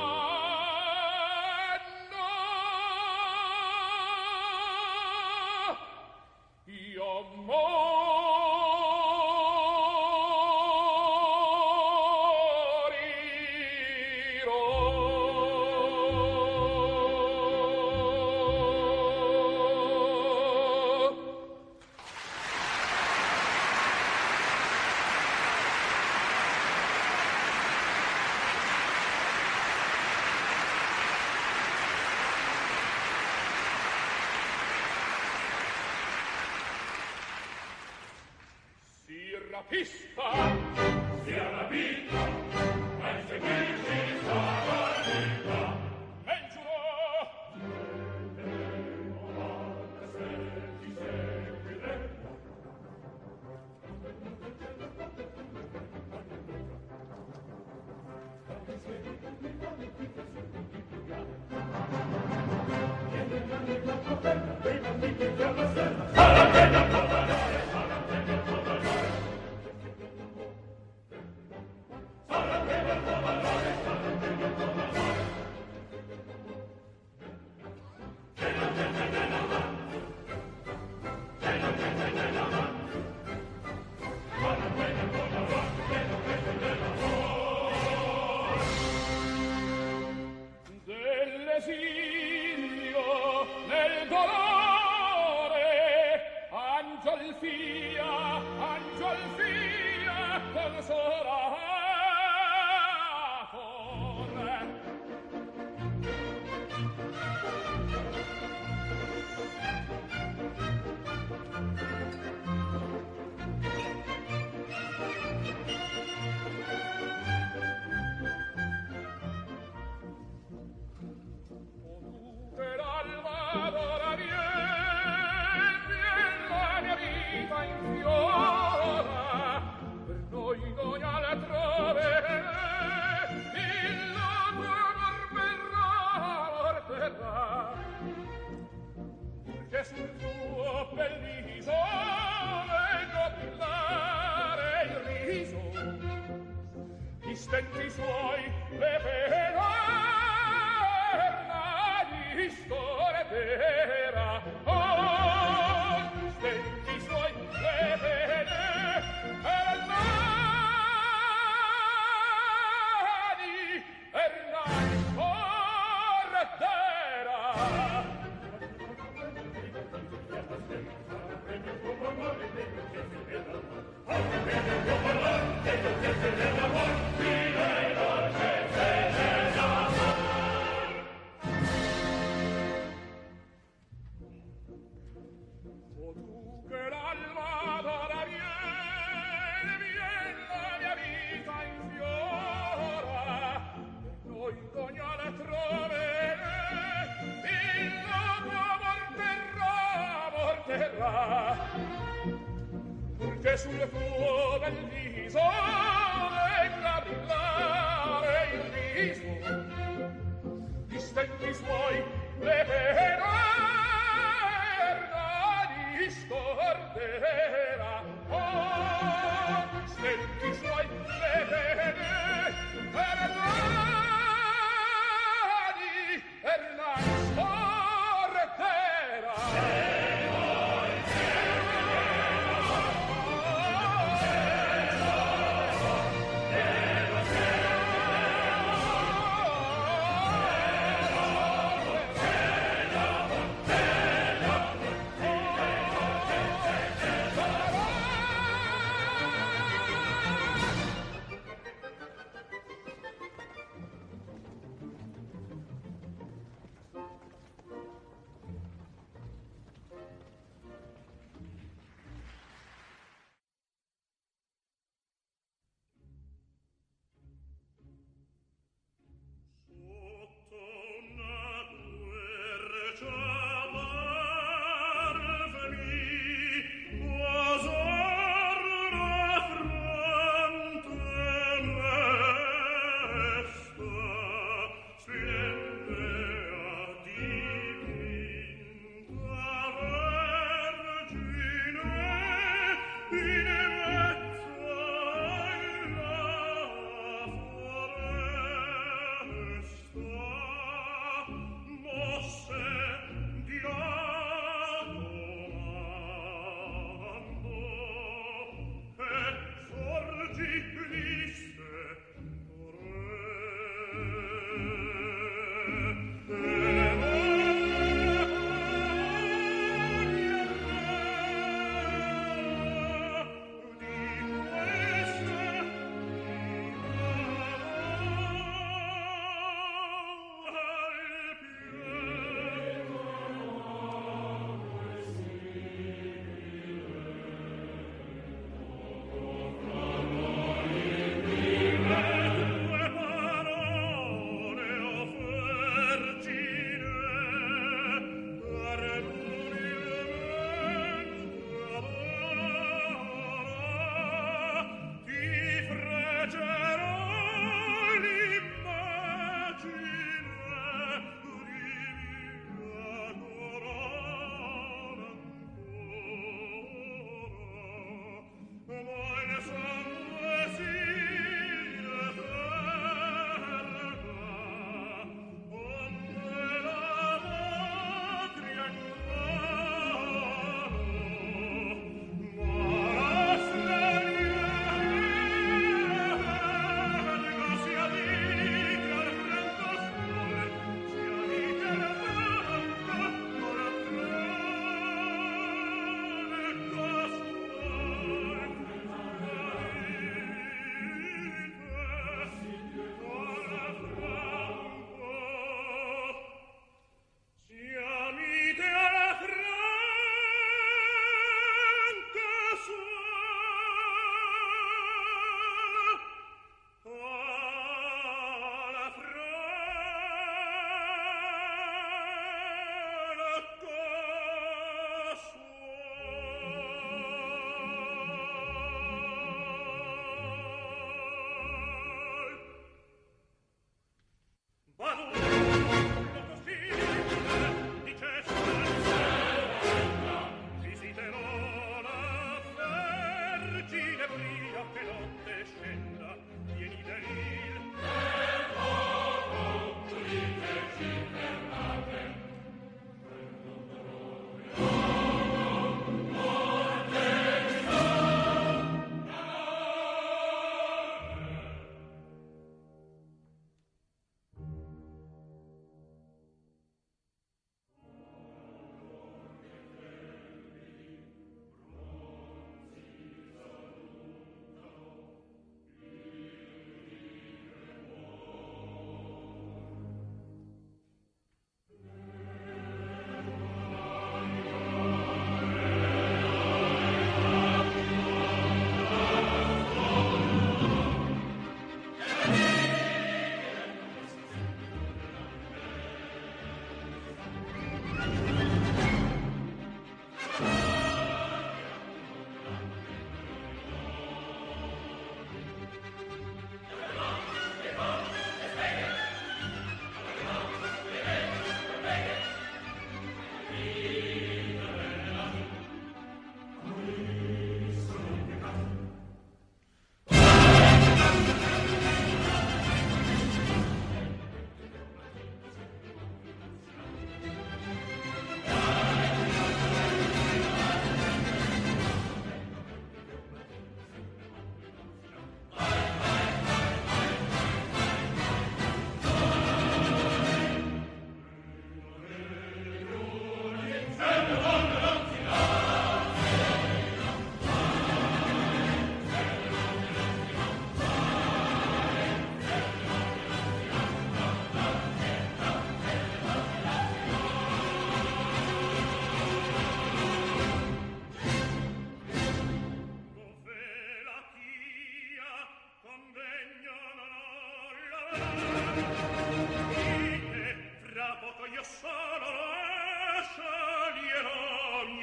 io morirò. Si rapisca, si rapita, a inseguirci sta partita. Men giurò, e se ti seguiremo. Dell'esilio nel dolore, angiol fia, angiol fia, consolator. Per Almadora vien, vien la mia vita infiora, per noi noi altrove, il tuo amor verrà, amor verrà, che sul tuo bel viso vengo brillare il riso, gli stenti suoi le pena scorderà. Oh, gli stenti suoi le pene Ernani, Ernani scorderà. Purché sul tuo bel viso venga a brillare il riso, gli stenti suoi le pena Ernani scorderà. Oh, gli stenti suoi le pene Ernani, Ernani scorderà.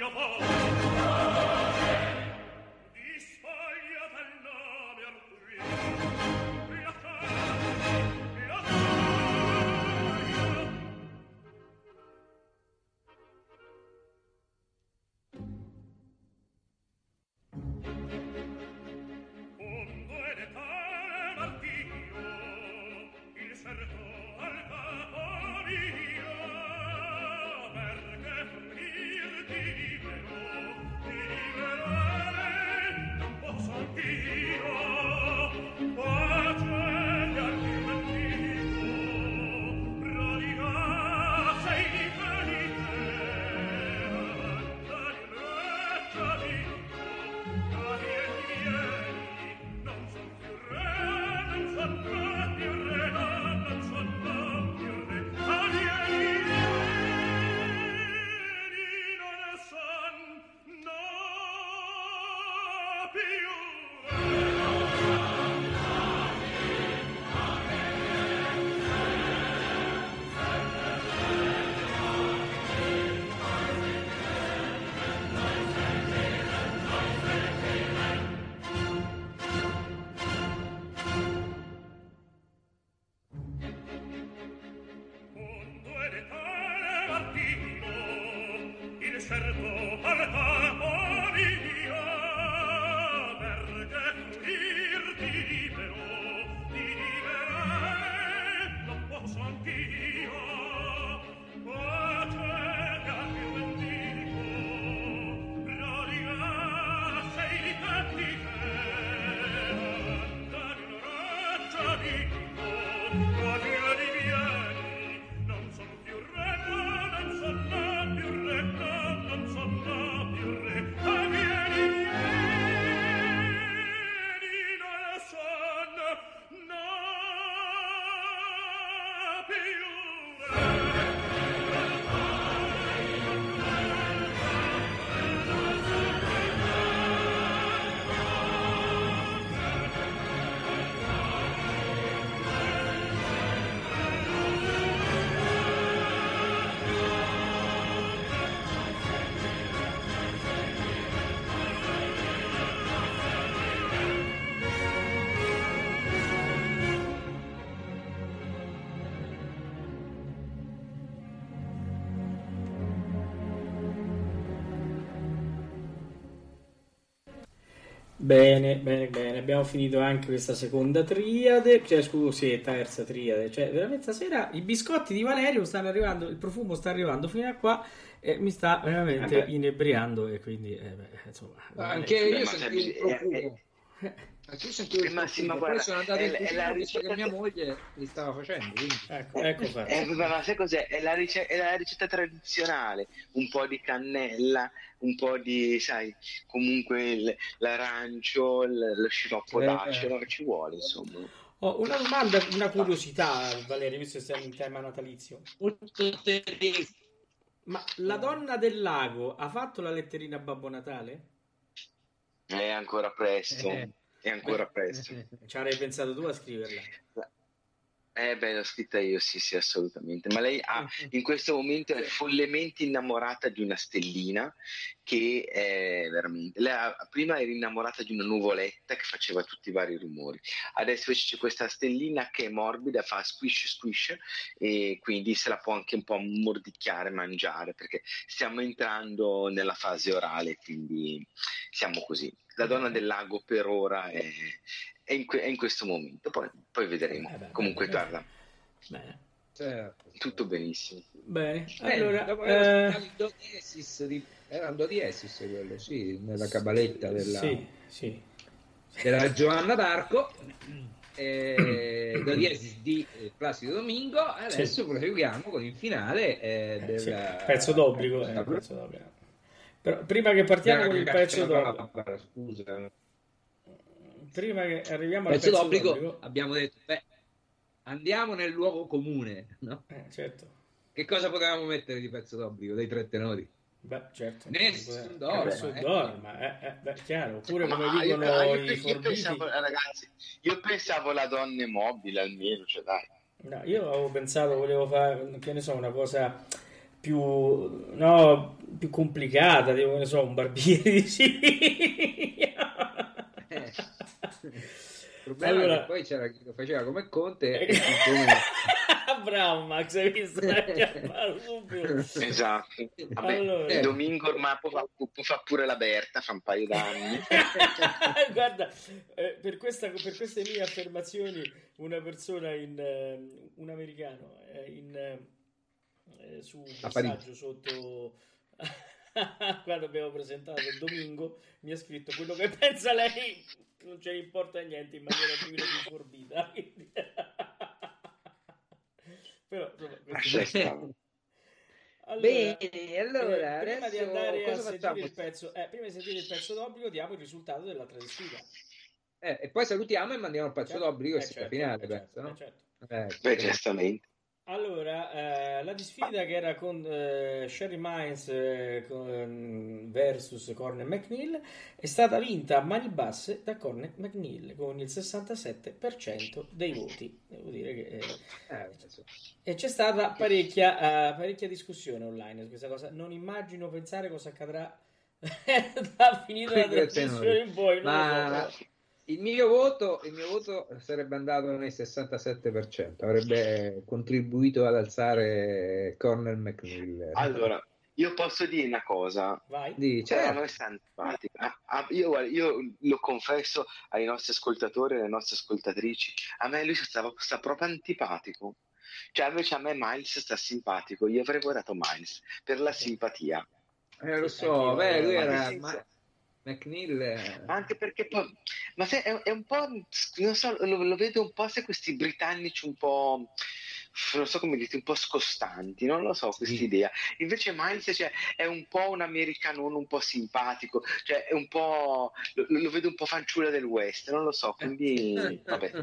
Bene, bene, bene. Abbiamo finito anche questa seconda triade, cioè scusi, terza triade. Cioè, veramente stasera i biscotti di Valerio stanno arrivando, il profumo sta arrivando fino a qua e mi sta veramente eh inebriando e quindi, eh, beh, insomma... Anche io sentivo il profumo. Anche io sentivo il ma sì, profumo. ma Poi guarda, sono andato in è- è cucina la visto che ricetta mia che- moglie li stava facendo. Quindi. Ecco, ecco fatto. Eh, ma ma sai cos'è? È la, rice- è la ricetta tradizionale, un po' di cannella, un po' di, sai, comunque il- l'arancio, il- lo sciroppo Eh, d'acero, ci vuole, insomma. Ho una domanda, una curiosità, Valerio, visto che siamo in tema natalizio. Molto tedesco. Ma la donna del lago ha fatto la letterina a Babbo Natale? È ancora presto, Eh. è ancora presto. Ci avrei pensato tu a scriverla? Eh beh, l'ho scritta io, sì, sì, assolutamente. Ma lei ha, in questo momento è follemente innamorata di una stellina che è veramente... Lei ha- prima era innamorata di una nuvoletta che faceva tutti i vari rumori. Adesso c'è questa stellina che è morbida, fa squish squish e quindi se la può anche un po' mordicchiare, mangiare, perché stiamo entrando nella fase orale, quindi siamo così. La donna del lago per ora è, è, in, que- è in questo momento, poi, poi vedremo. Eh beh, Comunque, bene, guarda, Bene, Certo. tutto benissimo. bene. Bene, Allora, dopo eh, il do diesis di... era un do diesis quello, sì, nella cabaletta della, sì, sì. della Giovanna d'Arco, eh, do diesis di eh, Placido Domingo. Adesso Sì. proseguiamo con il finale eh, Eh, del sì, pezzo d'obbligo, eh, pezzo d'obbligo. Però prima che partiamo con il pezzo d'obbligo, Scusa, prima che arriviamo al pezzo pezzo d'obbligo, d'obbligo, abbiamo detto, beh, andiamo nel luogo comune, no? eh, certo, Che cosa potevamo mettere di pezzo d'obbligo dei tre tenori? beh, certo, Nessun Eh, dorma, nessun eh. dorma, eh, eh, beh, chiaro, oppure come Ma io, dicono ah, io, i io forbiti. pensavo, ragazzi, io pensavo la donna mobile almeno, cioè dai. No, io avevo pensato, volevo fare, che ne so, una cosa più, no, più complicata, tipo, ne so, un barbiere di Siviglia. Eh. Il problema Allora- è che poi c'era chi lo faceva come Conte Eh, e chi come... Bravo Max, hai visto? L'hai chiamato subito. Esatto. Vabbè, Allora. il Domingo ormai può fare fa pure la Berta fra un paio d'anni. Guarda, eh, per, questa, per queste mie affermazioni, una persona in eh, un americano eh, in, eh, su un A passaggio sotto quando abbiamo presentato il Domingo mi ha scritto quello che pensa lei non ce ne importa niente in maniera più, più forbita. Quindi... Però insomma, questo Lascia stare. allora, Bene, allora, eh, prima di adesso andare a cosa sentire facciamo? il pezzo, eh, prima di sentire il pezzo d'obbligo, diamo il risultato dell'altra sfida. Eh, e poi salutiamo e mandiamo il pezzo Certo. d'obbligo e Eh, sigla certo, finale, eh, penso, certo, no? eh, certo. Eh, Beh, giustamente. Allora, eh, la disfida che era con eh, Sherry Mines eh, con- versus Cornell McNeil è stata vinta a mani basse da Cornell McNeil con il sessantasette per cento dei voti. Devo dire che eh, eh, adesso. e c'è stata parecchia, eh, parecchia discussione online su questa cosa. Non immagino pensare cosa accadrà da finita la Qui per te trasmissione non- in poi. Non Ma lo so, però. il mio voto, il mio voto sarebbe andato nel sessantasette per cento, avrebbe contribuito ad alzare Cornell McNeil. Allora, io posso dire una cosa. Vai. Di, Cioè, a certo. noi sta antipatico. Ah, ah, io, guarda, io lo confesso ai nostri ascoltatori e alle nostre ascoltatrici, a me lui stava, sta proprio antipatico. Cioè, invece a me Miles sta simpatico. Io avrei votato Miles per la simpatia. Eh, lo Sì, so, anch'io, beh, eh, lui ma nel era senso- ma- McNeil. eh, Ma anche perché poi, ma se è, è un po', non so, lo, lo vedo un po' se questi britannici un po', non so come dite, un po' scostanti, non lo so, Sì. quest'idea. Invece Miles, cioè, è un po' un americanone un po' simpatico, cioè è un po', lo, lo vedo un po' fanciulla del West, non lo so, quindi, vabbè.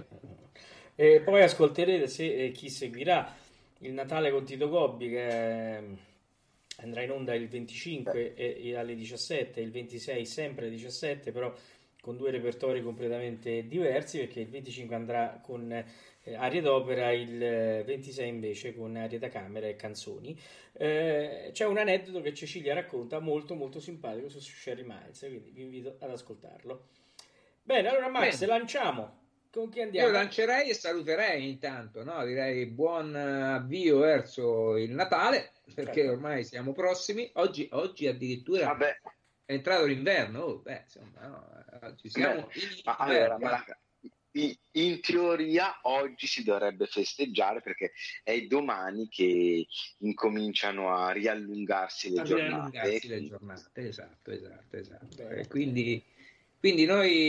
E poi ascolterete se eh, chi seguirà il Natale con Tito Gobbi che eh, andrà in onda il venticinque e, e alle diciassette, il ventisei sempre alle diciassette, però con due repertori completamente diversi, perché il venticinque andrà con eh, arie d'opera, il eh, ventisei invece con arie da camera e canzoni. Eh, c'è un aneddoto che Cecilia racconta molto molto simpatico su Sherry Miles, quindi vi invito ad ascoltarlo. Bene, allora Max, Bene. lanciamo. Con chi andiamo? Io lancerei e saluterei intanto, no? Direi buon eh, avvio verso il Natale, perché Certo. ormai siamo prossimi. Oggi, oggi addirittura Vabbè, è entrato l'inverno. Oh, beh, insomma, no, oggi siamo Beh, in ma allora, inverno. ma in, in teoria oggi si dovrebbe festeggiare perché è domani che incominciano a riallungarsi le A giornate. riallungarsi le giornate, esatto, esatto, esatto. Bene. E quindi, quindi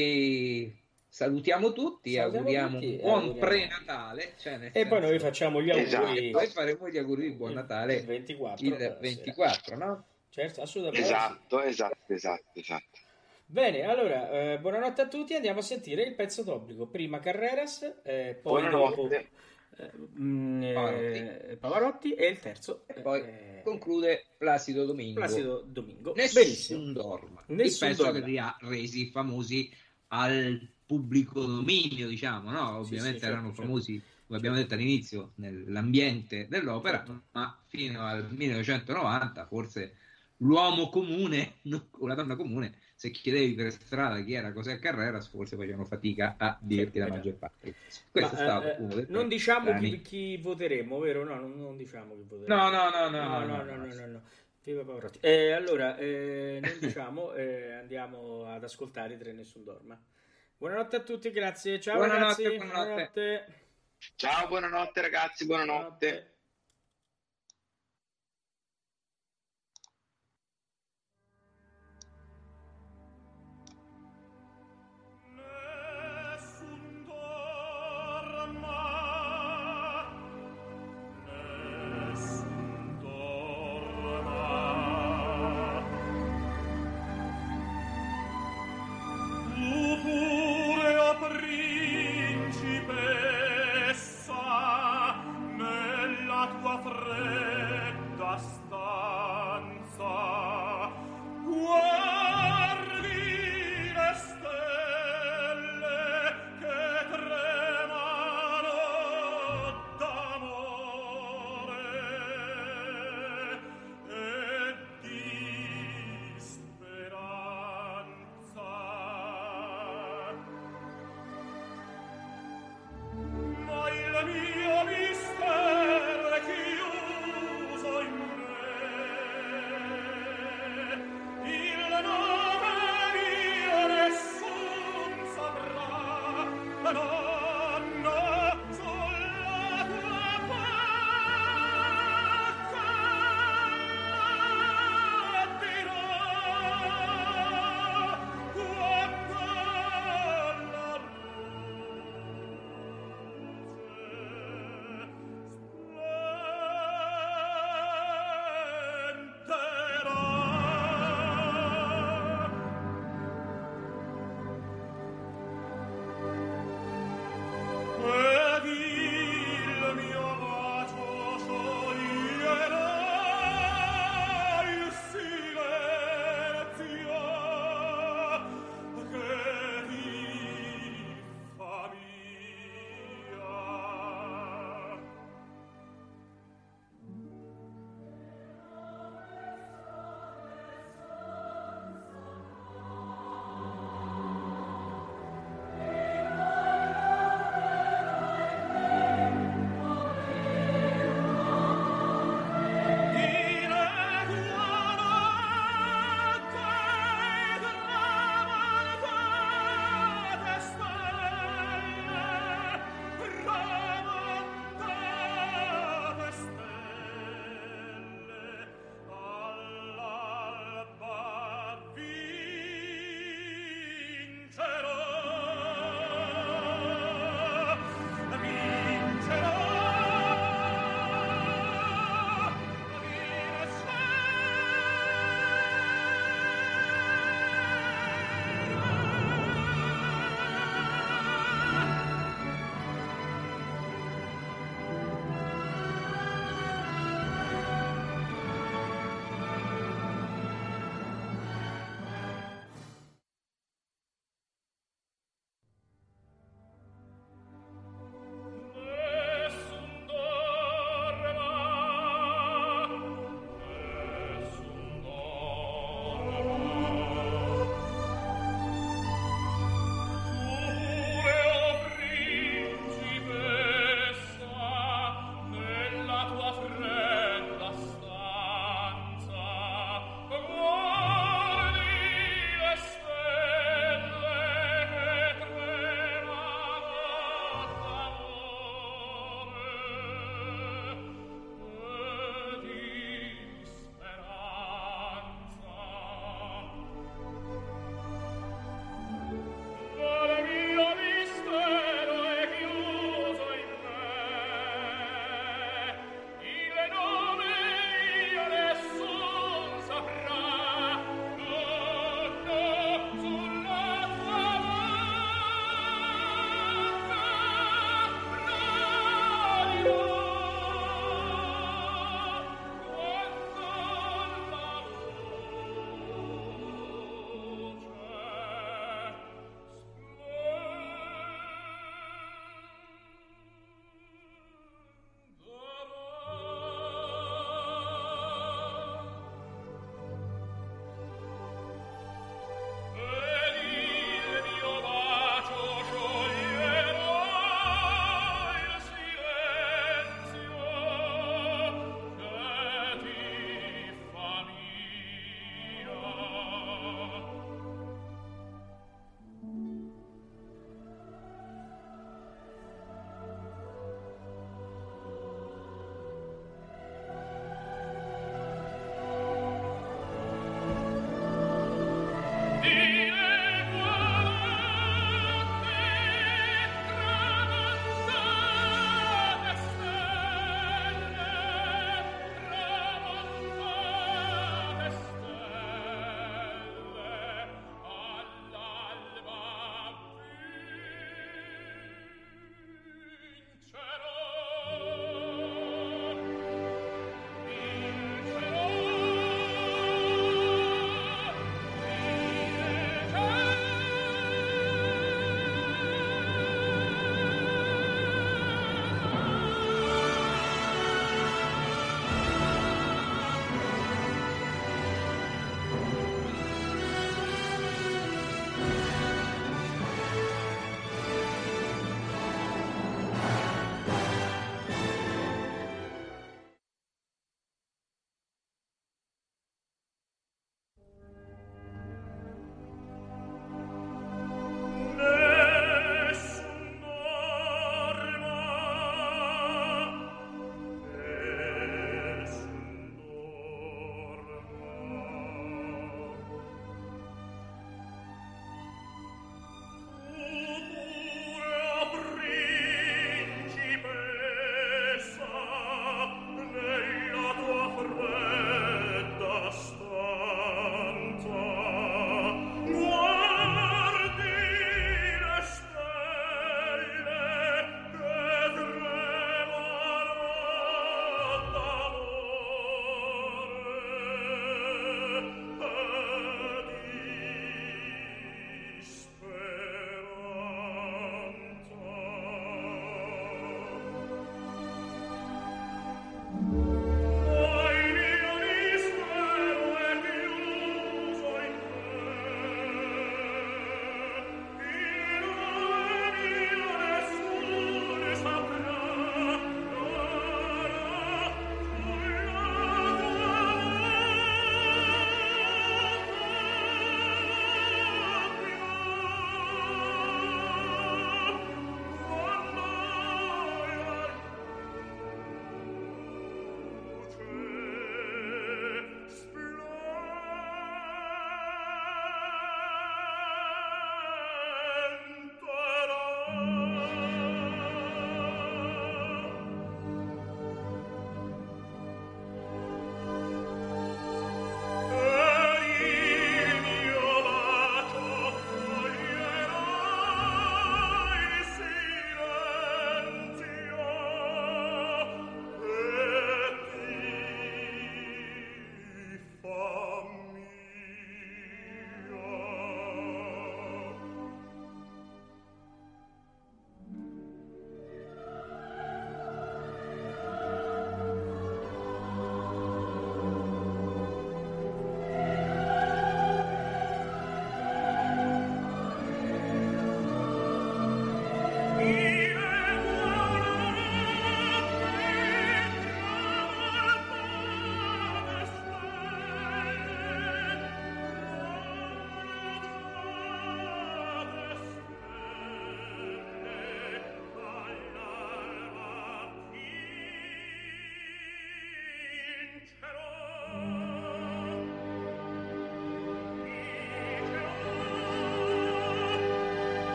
noi salutiamo tutti, Salutiamo auguriamo tutti, un buon auguriamo. pre-Natale. Cioè nel E poi noi senso- facciamo gli Esatto. auguri E poi faremo gli auguri di buon il- Natale il ventiquattro, il eh, ventiquattro, no? certo, assolutamente. Esatto, esatto, esatto, esatto. Bene, allora, eh, buonanotte a tutti, andiamo a sentire il pezzo d'obbligo. Prima Carreras, eh, poi dopo Buonanotte. eh, mm, eh, Pavarotti. Pavarotti e il terzo E poi eh, conclude Placido Domingo. Placido Domingo. Nessun Benissimo. dorma. Nessun il pezzo dorma. che li ha resi famosi al pubblico dominio, diciamo, no? Sì, Ovviamente sì, certo, erano certo. famosi, come abbiamo detto all'inizio, nell'ambiente dell'opera, Certo. ma fino al millenovecentonovanta forse l'uomo comune o la donna comune, se chiedevi per strada chi era José Carreras, forse facevano fatica a dirti Sì, la esatto. maggior parte. Questo Ma, è stato eh, uno dei non tre diciamo brani. chi, chi voteremo, vero? No, non, non diciamo chi voteremo. No, no, no, no, no, no, no, no, no, no, no. Viva Pavarotti. Eh, allora, eh, non diciamo, eh, andiamo ad ascoltare i tre Nessun Dorma. Buonanotte a tutti, grazie. Ciao Buonanotte, ragazzi. buonanotte. Ciao, buonanotte ragazzi, buonanotte. Buonanotte. Nessun dorma, nessun dorma. Tu pure, o principessa, nella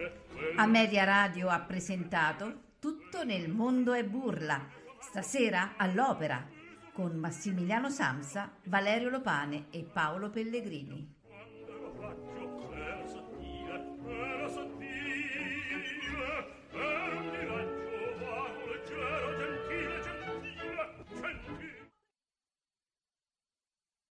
Ameria Radio ha presentato Tutto nel mondo è burla, stasera all'Opera, con Massimiliano Samsa, Valerio Lopane e Paolo Pellegrini.